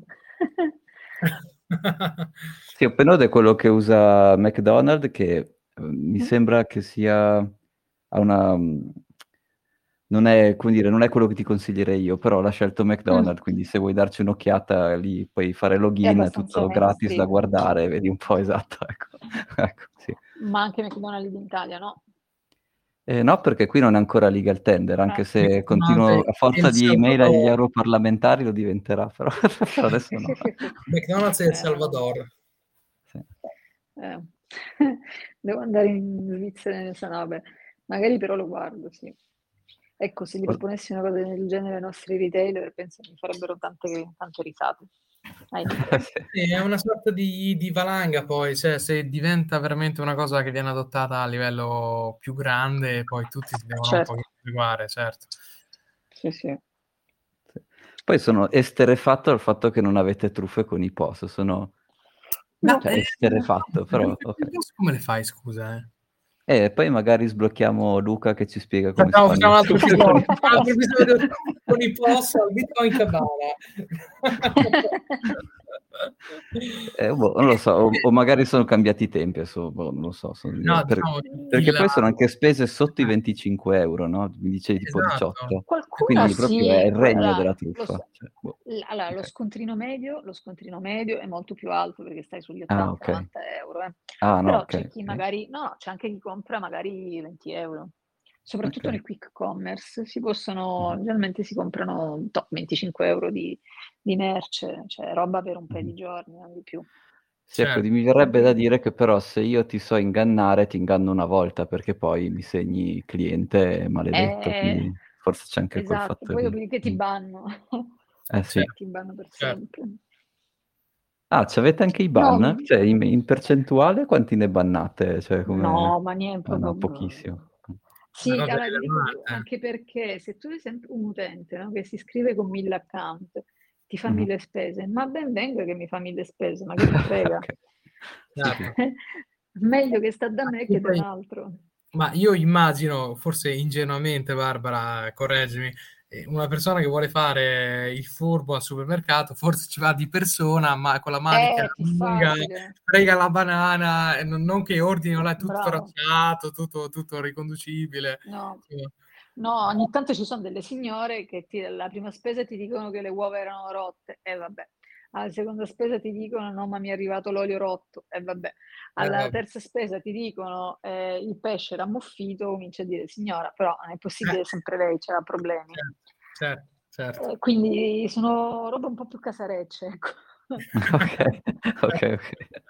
Sì, OpenNode è quello che usa McDonald's, che mi Mm. sembra che sia, ha una, non è, come dire, non è quello che ti consiglierei io, però l'ha scelto Mm. McDonald's, quindi se vuoi darci un'occhiata lì, puoi fare È login, è abbastanza tutto gratis da mainstream, guardare, vedi un po' esatto, ecco. Ecco, sì. ma anche McDonald's in Italia, no? No, perché qui non è ancora legal tender, anche se continuo a forza Il di email agli Salvador. europarlamentari lo diventerà, però per adesso no. McDonald's e il No. Salvador. Sì. Eh. Devo andare in Svizzera, no, vabbè, magari però lo guardo, sì. Ecco, se gli proponessi una cosa del genere ai nostri retailer, penso che mi farebbero tante risate. Ahimè. Sì. Sì, è una sorta di valanga poi, cioè se diventa veramente una cosa che viene adottata a livello più grande, poi tutti si devono un Certo, pochino adeguare, certo. sì, sì. Sì. Poi sono esterefatto dal fatto che non avete truffe con i POS, sono Ma cioè, esterefatto, però ok. come le fai, scusa? E poi magari sblocchiamo Luca che ci spiega come si Facciamo fanno un le altro truffe con i episodio, POS. con i post al Bitcoin Cabana. Non lo so, o magari sono cambiati i tempi, adesso, boh, non lo so, No, diciamo perché poi sono anche spese sotto i 25 euro, no? Mi dicevi tipo esatto. 18, Qualcuna quindi proprio è sì, il regno allora, della truffa. Cioè, boh. allora, Ok. lo scontrino medio è molto più alto perché stai sugli Ah, ok. 80-90 euro. Ah, no, Però ok, c'è chi ok. magari, no, c'è anche chi compra magari 20 euro. Ok. Soprattutto nel quick commerce Mhm, generalmente si comprano 25 euro di merce, cioè roba per un paio mhm. di giorni, non di più. Sì, ecco, Certo. mi verrebbe da dire che però se io ti so ingannare, ti inganno una volta perché poi mi segni cliente maledetto, Eh, quindi forse c'è anche quel esatto, fatto poi lì. dopodiché ti Mm. banno, Eh sì. Certo, ti banno per certo. sempre. Ah, c'avete anche i No, ban? Cioè, in percentuale quanti ne bannate? Cioè, come. no, ma niente, Ah, no, proprio. pochissimo. Una Sì, cosa allora ti dico più, rilevante. anche perché se tu sei sempre un utente, no, che si iscrive con 1000 account, ti fa Mhm. 1000 spese, ma ben venga che mi fa 1000 spese, ma che mi frega. Ok. Sì, sì. Certo. Meglio che sta da me E che da un poi altro. ma io immagino, forse ingenuamente, Barbara, correggimi, una persona che vuole fare il furbo al supermercato, forse ci va di persona, ma con la manica È più lunga, facile, frega la banana, e non che ordini, là, è tutto bravo. tracciato, tutto riconducibile. No. Insomma, No, ogni tanto ci sono delle signore che alla prima spesa ti dicono che le uova erano rotte, e vabbè. Alla seconda spesa ti dicono no, ma mi è arrivato l'olio rotto, e vabbè. Alla vabbè. terza spesa ti dicono il pesce era ammuffito, comincia a dire signora, però non è possibile sempre lei, c'ha problemi. Certo, certo, certo. Quindi sono robe un po' più casarecce, ecco. Ok, ok, ok.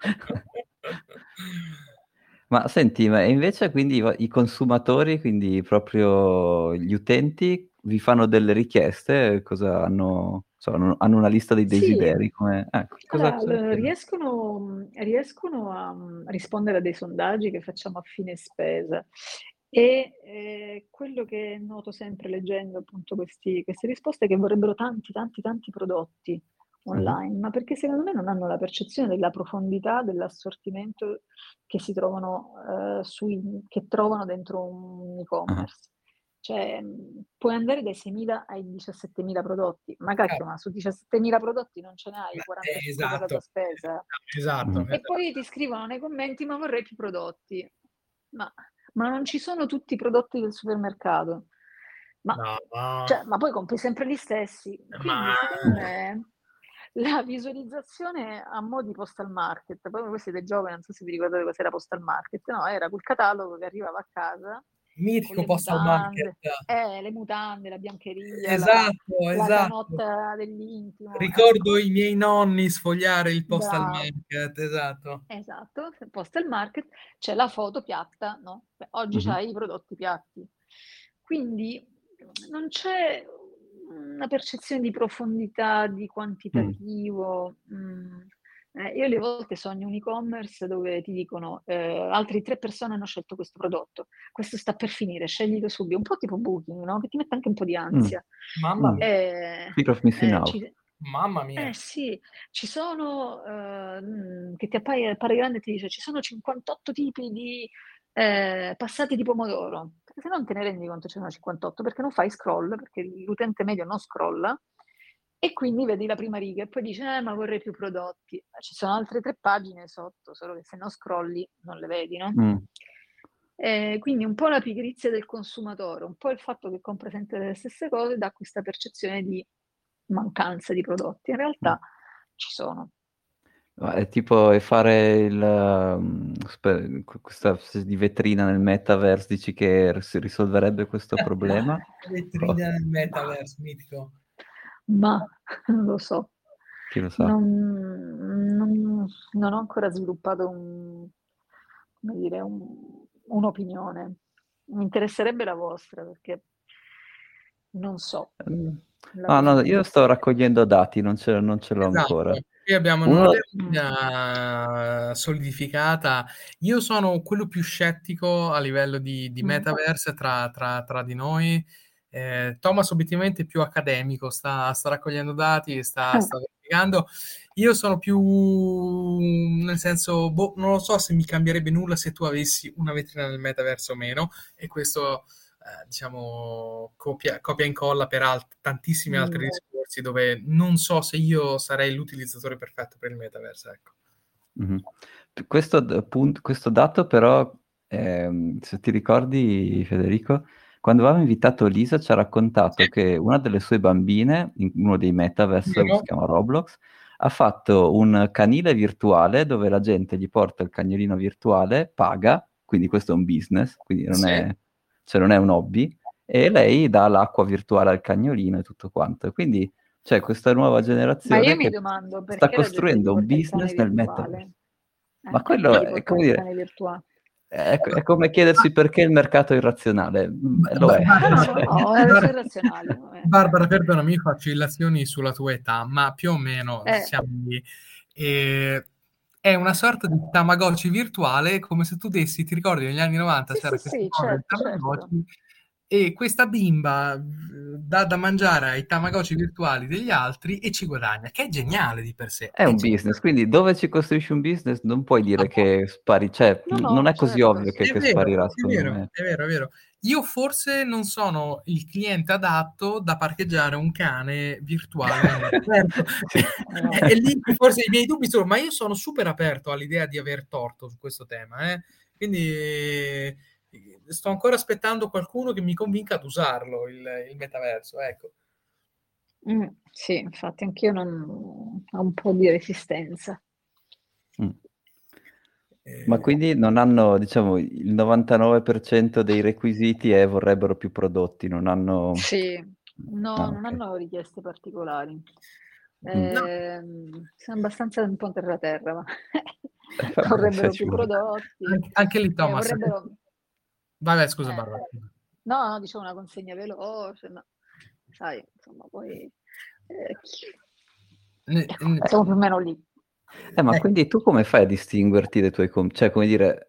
Ma senti, ma invece quindi i consumatori, quindi proprio gli utenti, vi fanno delle richieste? Cosa hanno. hanno una lista dei Sì, desideri, come... cosa allora, chiedono? riescono a rispondere a dei sondaggi che facciamo a fine spesa e quello che noto sempre leggendo appunto queste risposte è che vorrebbero tanti prodotti online, ma perché secondo me non hanno la percezione della profondità dell'assortimento che si trovano che trovano dentro un Ah, e-commerce. Cioè, puoi andare dai 6.000 ai 17.000 prodotti, ma cacchio, ma su 17.000 prodotti non ce n'hai 45 per la tua Esatto, spesa. esatto, mhm. E poi ti scrivono nei commenti, ma vorrei più prodotti. Ma non ci sono tutti i prodotti del supermercato. Ma, no, cioè, ma poi compri sempre gli stessi. Quindi, ma secondo me, la visualizzazione a mo' di postal market, poi voi siete giovani, non so se vi ricordate cos'era postal market, no? Era quel catalogo che arrivava a casa con mitico postal market. le mutande, la biancheria, Esatto, la esatto. canotta dell'intimo, Ricordo ecco. i miei nonni sfogliare il postal Bravo. market, esatto. Esatto, postal market, c'è la foto piatta, no? Beh, oggi Mhm. c'hai i prodotti piatti. Quindi non c'è una percezione di profondità, di Mm. quantitativo. Io alle volte sogno un e-commerce dove ti dicono altre 3 persone hanno scelto questo prodotto, questo sta per finire, sceglilo subito, un po' tipo Booking, no? Che ti mette anche un po' di Mm. ansia. Mamma mia, Fear of missing out. mamma mia. Sì, ci sono, che ti appare grande e ti dice ci sono 58 tipi di passati di pomodoro. Perché se non te ne rendi conto ce ne sono 58, perché non fai scroll, perché l'utente medio non scrolla, e quindi vedi la prima riga e poi dici, ma vorrei più prodotti. Ma ci sono altre 3 pagine sotto, solo che se non scrolli non le vedi, no? Mm. Quindi un po' la pigrizia del consumatore, un po' il fatto che compra sempre le stesse cose dà questa percezione di mancanza di prodotti. In realtà ci sono. È tipo fare questa specie di vetrina nel metaverse, dici che si risolverebbe quesro problema? Vetrina nel metaverse, mitico. Ma non lo so. Chi lo sa? Non ho ancora sviluppato un'opinione. Mi interesserebbe la vostra perché non so la No, io sto profondità. raccogliendo dati, non ce l'ho Esatto, ancora. qui abbiamo Uno... un'idea solidificata. Io sono quello più scettico a livello di metaverse tra di noi. Thomas obiettivamente è più accademico, sta raccogliendo dati e sta verificando. Io sono più, nel senso, non lo so se mi cambierebbe nulla se tu avessi una vetrina nel metaverso o meno, e questo diciamo, copia e incolla per tantissimi altri discorsi dove non so se io sarei l'utilizzatore perfetto per il metaverso, ecco. Mhm. Questo dato però, se ti ricordi Federico, quando avevamo invitato Lisa ci ha raccontato Sì. che una delle sue bambine, in uno dei metaverse, Vero? si chiama Roblox, ha fatto un canile virtuale dove la gente gli porta il cagnolino virtuale, paga, quindi questo è un business, quindi non Sì. è un hobby, e lei dà l'acqua virtuale al cagnolino e tutto quanto. Quindi c'è questa nuova Ma generazione io mi che domando sta perché la gente gli costruendo un porta il cane business nel metaverse. virtuale. Ma Perché quello gli è portano come il dire, cane virtuale? è come chiedersi perché il mercato è irrazionale. Lo è. No, sono irrazionali. Barbara, perdonami, io faccio illazioni sulla tua età, ma più o meno siamo lì. È una sorta di Tamagotchi virtuale, come se tu dessi, ti ricordi, negli anni 90 c'era questo Sì, modo del certo. Tamagotchi, e questa bimba dà da mangiare ai Tamagotchi virtuali degli altri e ci guadagna, che è geniale di per sé. È un business, quindi dove ci costruisci un business non puoi dire che spari, cioè non No, è così certo, ovvio sì. che È vero, sparirà, è secondo vero, me. è vero, è vero. Io forse non sono il cliente adatto da parcheggiare un cane virtuale nel metaverso. Sì. E lì forse i miei dubbi sono, ma io sono super aperto all'idea di aver torto su questo tema, Quindi sto ancora aspettando qualcuno che mi convinca ad usarlo, il metaverso, ecco. Sì, infatti anch'io ho un po' di resistenza. Mm. Ma quindi non hanno, diciamo, il 99% dei requisiti e vorrebbero più prodotti, non hanno... Sì, no, non ok. hanno richieste particolari. No, Sono abbastanza un po' terra-terra, ma Vabbè, se vorrebbero ci più vuole. prodotti, anche lì, Thomas. vorrebbero... Vabbè, scusa, Barbara. No, dicevo una consegna veloce, ma sai, insomma, poi Siamo più o meno lì. Ma quindi tu come fai a distinguerti dai tuoi cioè, come dire,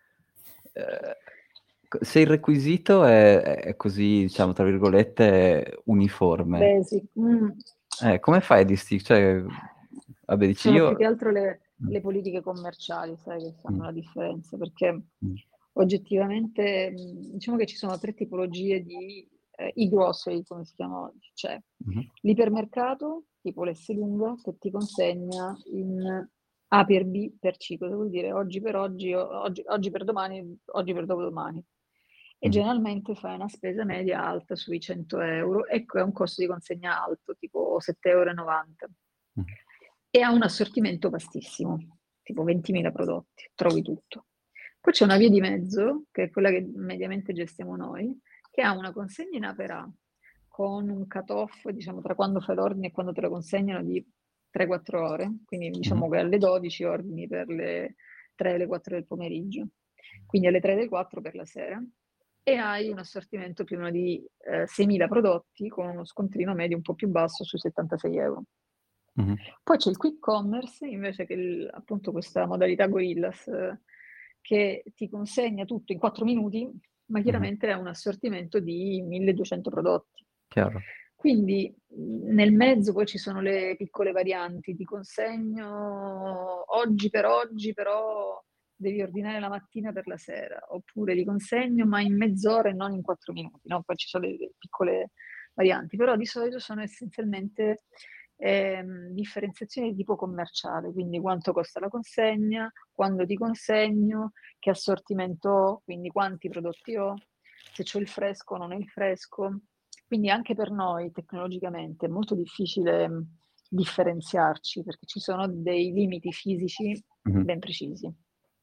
se il requisito è così, diciamo, tra virgolette, uniforme, Basic. come fai a distinguere? Cioè, vabbè, dici Sono io... più che altro le politiche commerciali, sai, che fanno la differenza, perché oggettivamente diciamo che ci sono 3 tipologie di e-grocery, come si chiama oggi. C'è l'ipermercato, tipo l'Esselunga, che ti consegna in A per B per C, cosa vuol dire oggi per oggi, oggi per domani, oggi per dopodomani. E generalmente fai una spesa media alta sui 100 euro, ecco, è un costo di consegna alto, tipo 7,90 euro. E ha un assortimento vastissimo, tipo 20.000 prodotti, trovi tutto. Poi c'è una via di mezzo, che è quella che mediamente gestiamo noi, che ha una consegna in A per A, con un cut-off, diciamo, tra quando fai l'ordine e quando te lo consegnano di 3-4 ore, quindi diciamo che alle 12 ordini per le 3 e le 4 del pomeriggio, quindi alle 3 e le 4 per la sera, e hai un assortimento più o meno di 6.000 prodotti con uno scontrino medio un po' più basso sui 76 euro. Poi c'è il quick commerce, invece che appunto questa modalità Gorillas, che ti consegna tutto in 4 minuti, ma chiaramente ha un assortimento di 1.200 prodotti. Chiaro. Quindi nel mezzo poi ci sono le piccole varianti, ti consegno oggi, però devi ordinare la mattina per la sera, oppure ti consegno ma in mezz'ora e non in 4 minuti, no? Poi ci sono le piccole varianti, però di solito sono essenzialmente differenziazioni di tipo commerciale, quindi quanto costa la consegna, quando ti consegno, che assortimento ho, quindi quanti prodotti ho, se c'ho il fresco o non è il fresco. Quindi anche per noi tecnologicamente è molto difficile differenziarci, perché ci sono dei limiti fisici ben precisi.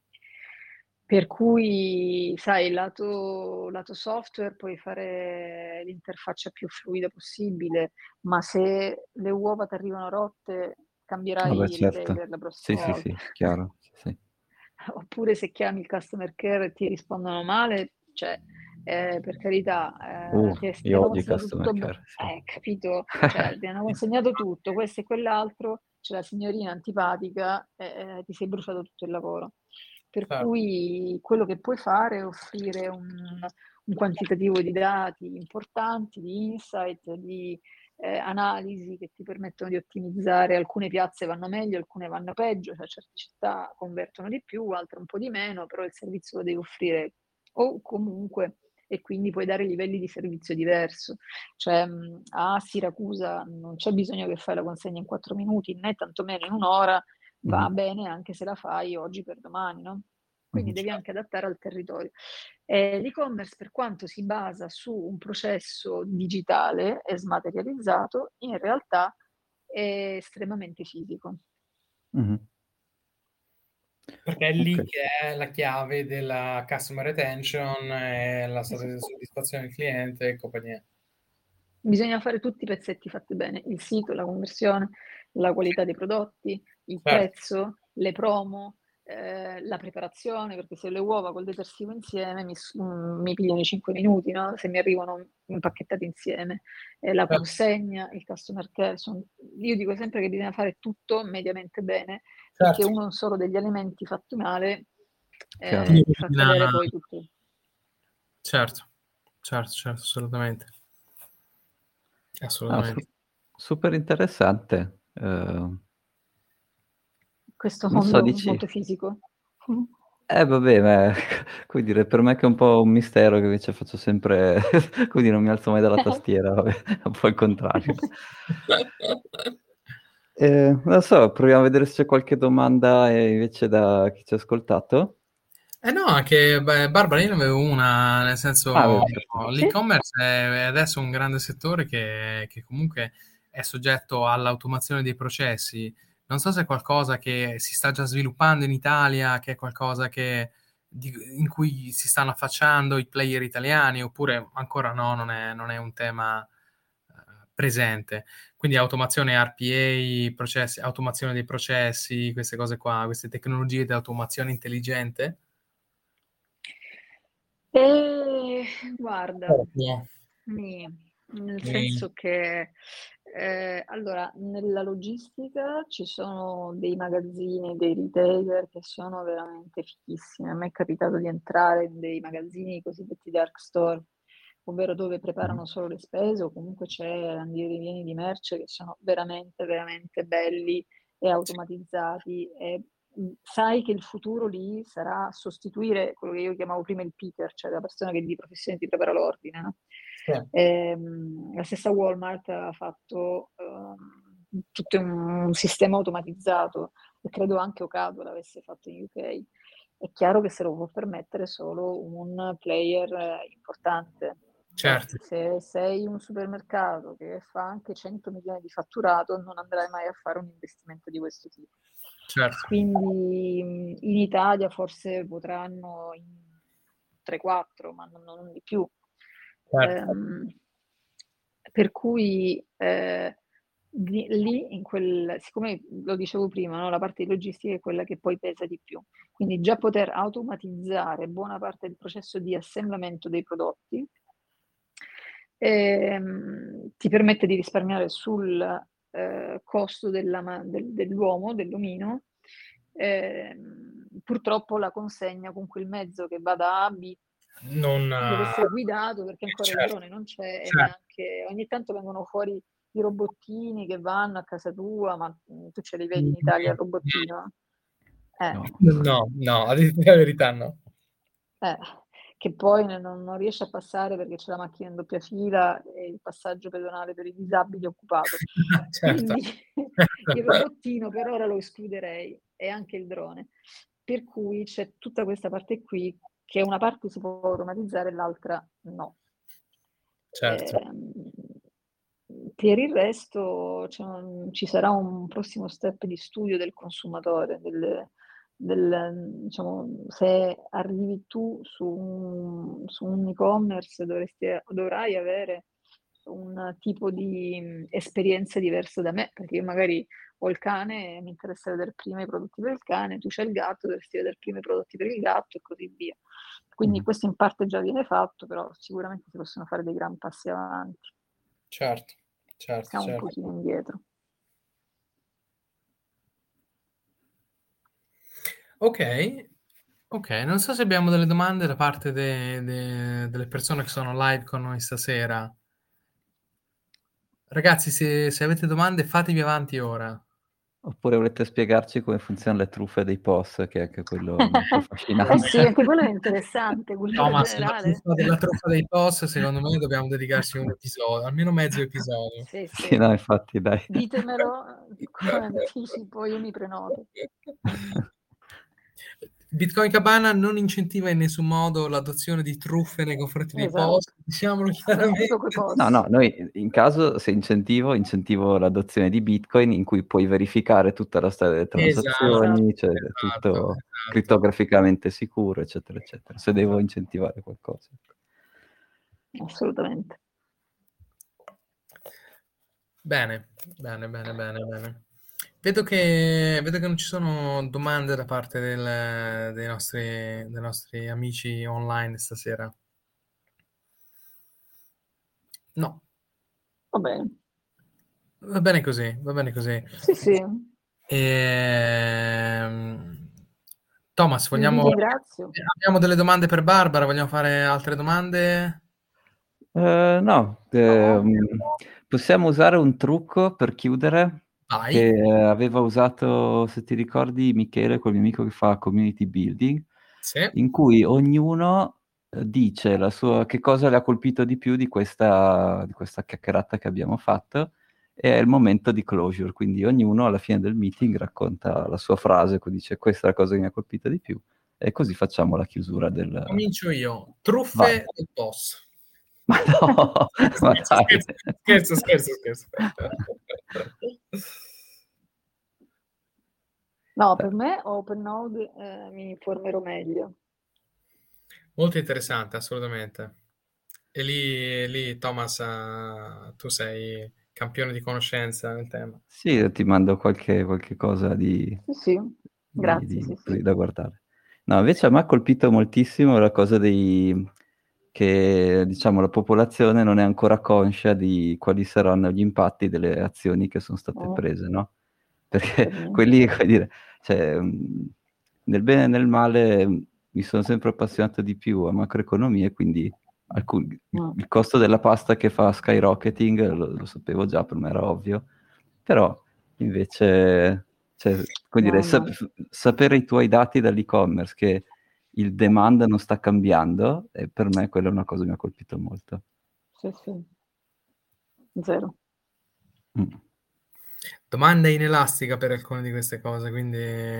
Per cui, sai, lato software puoi fare l'interfaccia più fluida possibile, ma se le uova ti arrivano rotte, cambierai il certo. retailer la prossima volta. Sì, chiaro. Sì. Oppure se chiami il customer care e ti rispondono male, cioè, per carità, ti io hanno odio i consegnato customer tutto, care, sì. capito? Cioè, ti hanno consegnato tutto, questo e quell'altro, c'è la signorina antipatica e ti sei bruciato tutto il lavoro. Per cui quello che puoi fare è offrire un quantitativo di dati importanti, di insight, di analisi che ti permettono di ottimizzare. Alcune piazze vanno meglio, alcune vanno peggio, cioè certe città convertono di più, altre un po' di meno, però il servizio lo devi offrire o comunque, e quindi puoi dare livelli di servizio diverso. Cioè a Siracusa non c'è bisogno che fai la consegna in 4 minuti, né tantomeno in un'ora, va bene anche se la fai oggi per domani, no? Quindi devi anche adattare al territorio. L'e-commerce, per quanto si basa su un processo digitale e smaterializzato, in realtà è estremamente fisico. Perché è lì che è la chiave della customer retention e la soddisfazione del cliente e compagnia. Bisogna fare tutti i pezzetti fatti bene, il sito, la conversione, la qualità dei prodotti, il prezzo, le promo, la preparazione, perché se le uova col detersivo insieme mi pigliano i 5 minuti, no? Se mi arrivano impacchettate insieme, la consegna, il customer care, io dico sempre che bisogna fare tutto mediamente bene, perché uno solo degli elementi fatti male ti fa cadere poi tutto. Certo, assolutamente. Assolutamente. Super interessante. Questo mondo molto fisico. Vabbè, ma come dire, per me che è un po' un mistero, che invece faccio sempre, come dire, non mi alzo mai dalla tastiera, vabbè, un po' il contrario. Non so, proviamo a vedere se c'è qualche domanda invece da chi ci ha ascoltato. No, anche Barbara, io ne avevo una, nel senso, l'e-commerce è adesso un grande settore che comunque è soggetto all'automazione dei processi. Non so se è qualcosa che si sta già sviluppando in Italia, che è qualcosa in cui si stanno affacciando i player italiani, oppure ancora no, non è un tema presente. Quindi automazione RPA, automazione dei processi, queste cose qua, queste tecnologie di automazione intelligente. Guarda, nel senso che Allora, nella logistica ci sono dei magazzini, dei retailer che sono veramente fighissimi. A me è capitato di entrare in dei magazzini cosiddetti dark store, ovvero dove preparano solo le spese o comunque c'è andare e rivieni di merce che sono veramente, veramente belli e automatizzati. E sai che il futuro lì sarà sostituire quello che io chiamavo prima il picker, cioè la persona che di professione ti prepara l'ordine, no? Sì. La stessa Walmart ha fatto tutto un sistema automatizzato e credo anche Ocado l'avesse fatto in UK. È chiaro che se lo può permettere solo un player importante. Certo. Se sei un supermercato che fa anche 100 milioni di fatturato, non andrai mai a fare un investimento di questo tipo. Certo. Quindi in Italia forse potranno in 3-4, ma non di più. Certo. Per cui lì, siccome lo dicevo prima, no, la parte di logistica è quella che poi pesa di più. Quindi già poter automatizzare buona parte del processo di assemblamento dei prodotti ti permette di risparmiare sul costo dell'uomo, dell'omino. Purtroppo la consegna con quel mezzo che va da A a B deve essere guidato, perché ancora il drone non c'è e neanche ogni tanto vengono fuori i robottini che vanno a casa tua, ma tu ce li vedi in Italia il robottino? No, a dire la verità no. Che poi non riesce a passare perché c'è la macchina in doppia fila e il passaggio pedonale per i disabili è occupato. Certo. Quindi il robottino per ora lo escluderei e anche il drone. Per cui c'è tutta questa parte qui che una parte si può automatizzare e l'altra no. Certo. Per il resto ci sarà un prossimo step di studio del consumatore, diciamo, se arrivi tu su un e-commerce dovrai avere un tipo di esperienza diversa da me, perché io magari ho il cane e mi interessa vedere prima i prodotti per il cane, tu c'hai il gatto, dovresti vedere prima i prodotti per il gatto e così via. Quindi questo in parte già viene fatto, però sicuramente si possono fare dei gran passi avanti. Certo. Siamo un pochino indietro. Ok, non so se abbiamo delle domande da parte delle persone che sono live con noi stasera. Ragazzi, se avete domande fatevi avanti ora. Oppure volete spiegarci come funzionano le truffe dei POS, che è anche quello molto affascinante. Sì, anche quello è interessante, cultura Thomas, generale. della truffa dei POS, secondo me dobbiamo dedicarci un episodio, almeno mezzo episodio. Sì. No, infatti, dai. Ditemelo con anticipo, io mi prenoto. Bitcoin Cabana non incentiva in nessun modo l'adozione di truffe nei confronti dei POS, diciamolo chiaramente. No, noi in caso, se incentivo l'adozione di Bitcoin, in cui puoi verificare tutta la storia delle transazioni, cioè tutto crittograficamente sicuro, eccetera, eccetera. Se devo incentivare qualcosa. Assolutamente. Bene. Vedo che non ci sono domande da parte dei nostri amici online stasera. No. Va bene. Va bene così. Sì. Thomas, Vi ringrazio. abbiamo delle domande per Barbara? Vogliamo fare altre domande? No. Possiamo usare un trucco per chiudere. Vai. Che aveva usato, se ti ricordi, Michele, quel mio amico che fa community building, sì. In cui ognuno dice che cosa le ha colpito di più di questa chiacchierata che abbiamo fatto, e è il momento di closure, quindi ognuno alla fine del meeting racconta la sua frase, dice questa è la cosa che mi ha colpito di più, e così facciamo la chiusura del... Comincio io. Truffe del boss. Ma no, scherzo. No, per me OpenNode mi informerò meglio. Molto interessante, assolutamente. E lì Thomas, tu sei campione di conoscenza nel tema. Sì, ti mando qualche cosa Sì. Grazie, così da guardare. No, invece a me ha colpito moltissimo la cosa che diciamo la popolazione non è ancora conscia di quali saranno gli impatti delle azioni che sono state prese, no? Perché quelli, come dire, cioè, nel bene e nel male mi sono sempre appassionato di più a macroeconomia e quindi il costo della pasta che fa skyrocketing lo sapevo già, per me era ovvio, però invece cioè, come dire, sapere i tuoi dati dall'e-commerce che il demand non sta cambiando, e per me quella è una cosa che mi ha colpito molto. Sì. Zero. Domanda inelastica per alcune di queste cose, quindi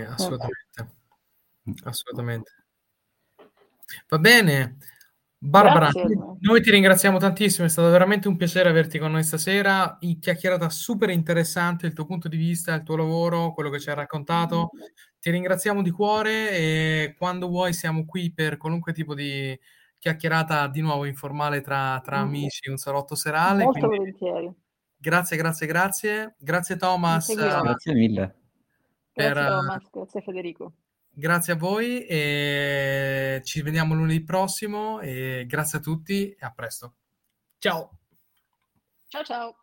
assolutamente. Va bene. Barbara, noi ti ringraziamo tantissimo, è stato veramente un piacere averti con noi stasera, chiacchierata super interessante, il tuo punto di vista, il tuo lavoro, quello che ci hai raccontato. Ti ringraziamo di cuore e quando vuoi siamo qui per qualunque tipo di chiacchierata di nuovo informale tra amici, un salotto serale. Molto volentieri. Grazie. Grazie Thomas. Grazie mille. Grazie Thomas, grazie Federico. Grazie a voi e ci vediamo lunedì prossimo e grazie a tutti e a presto. Ciao. Ciao.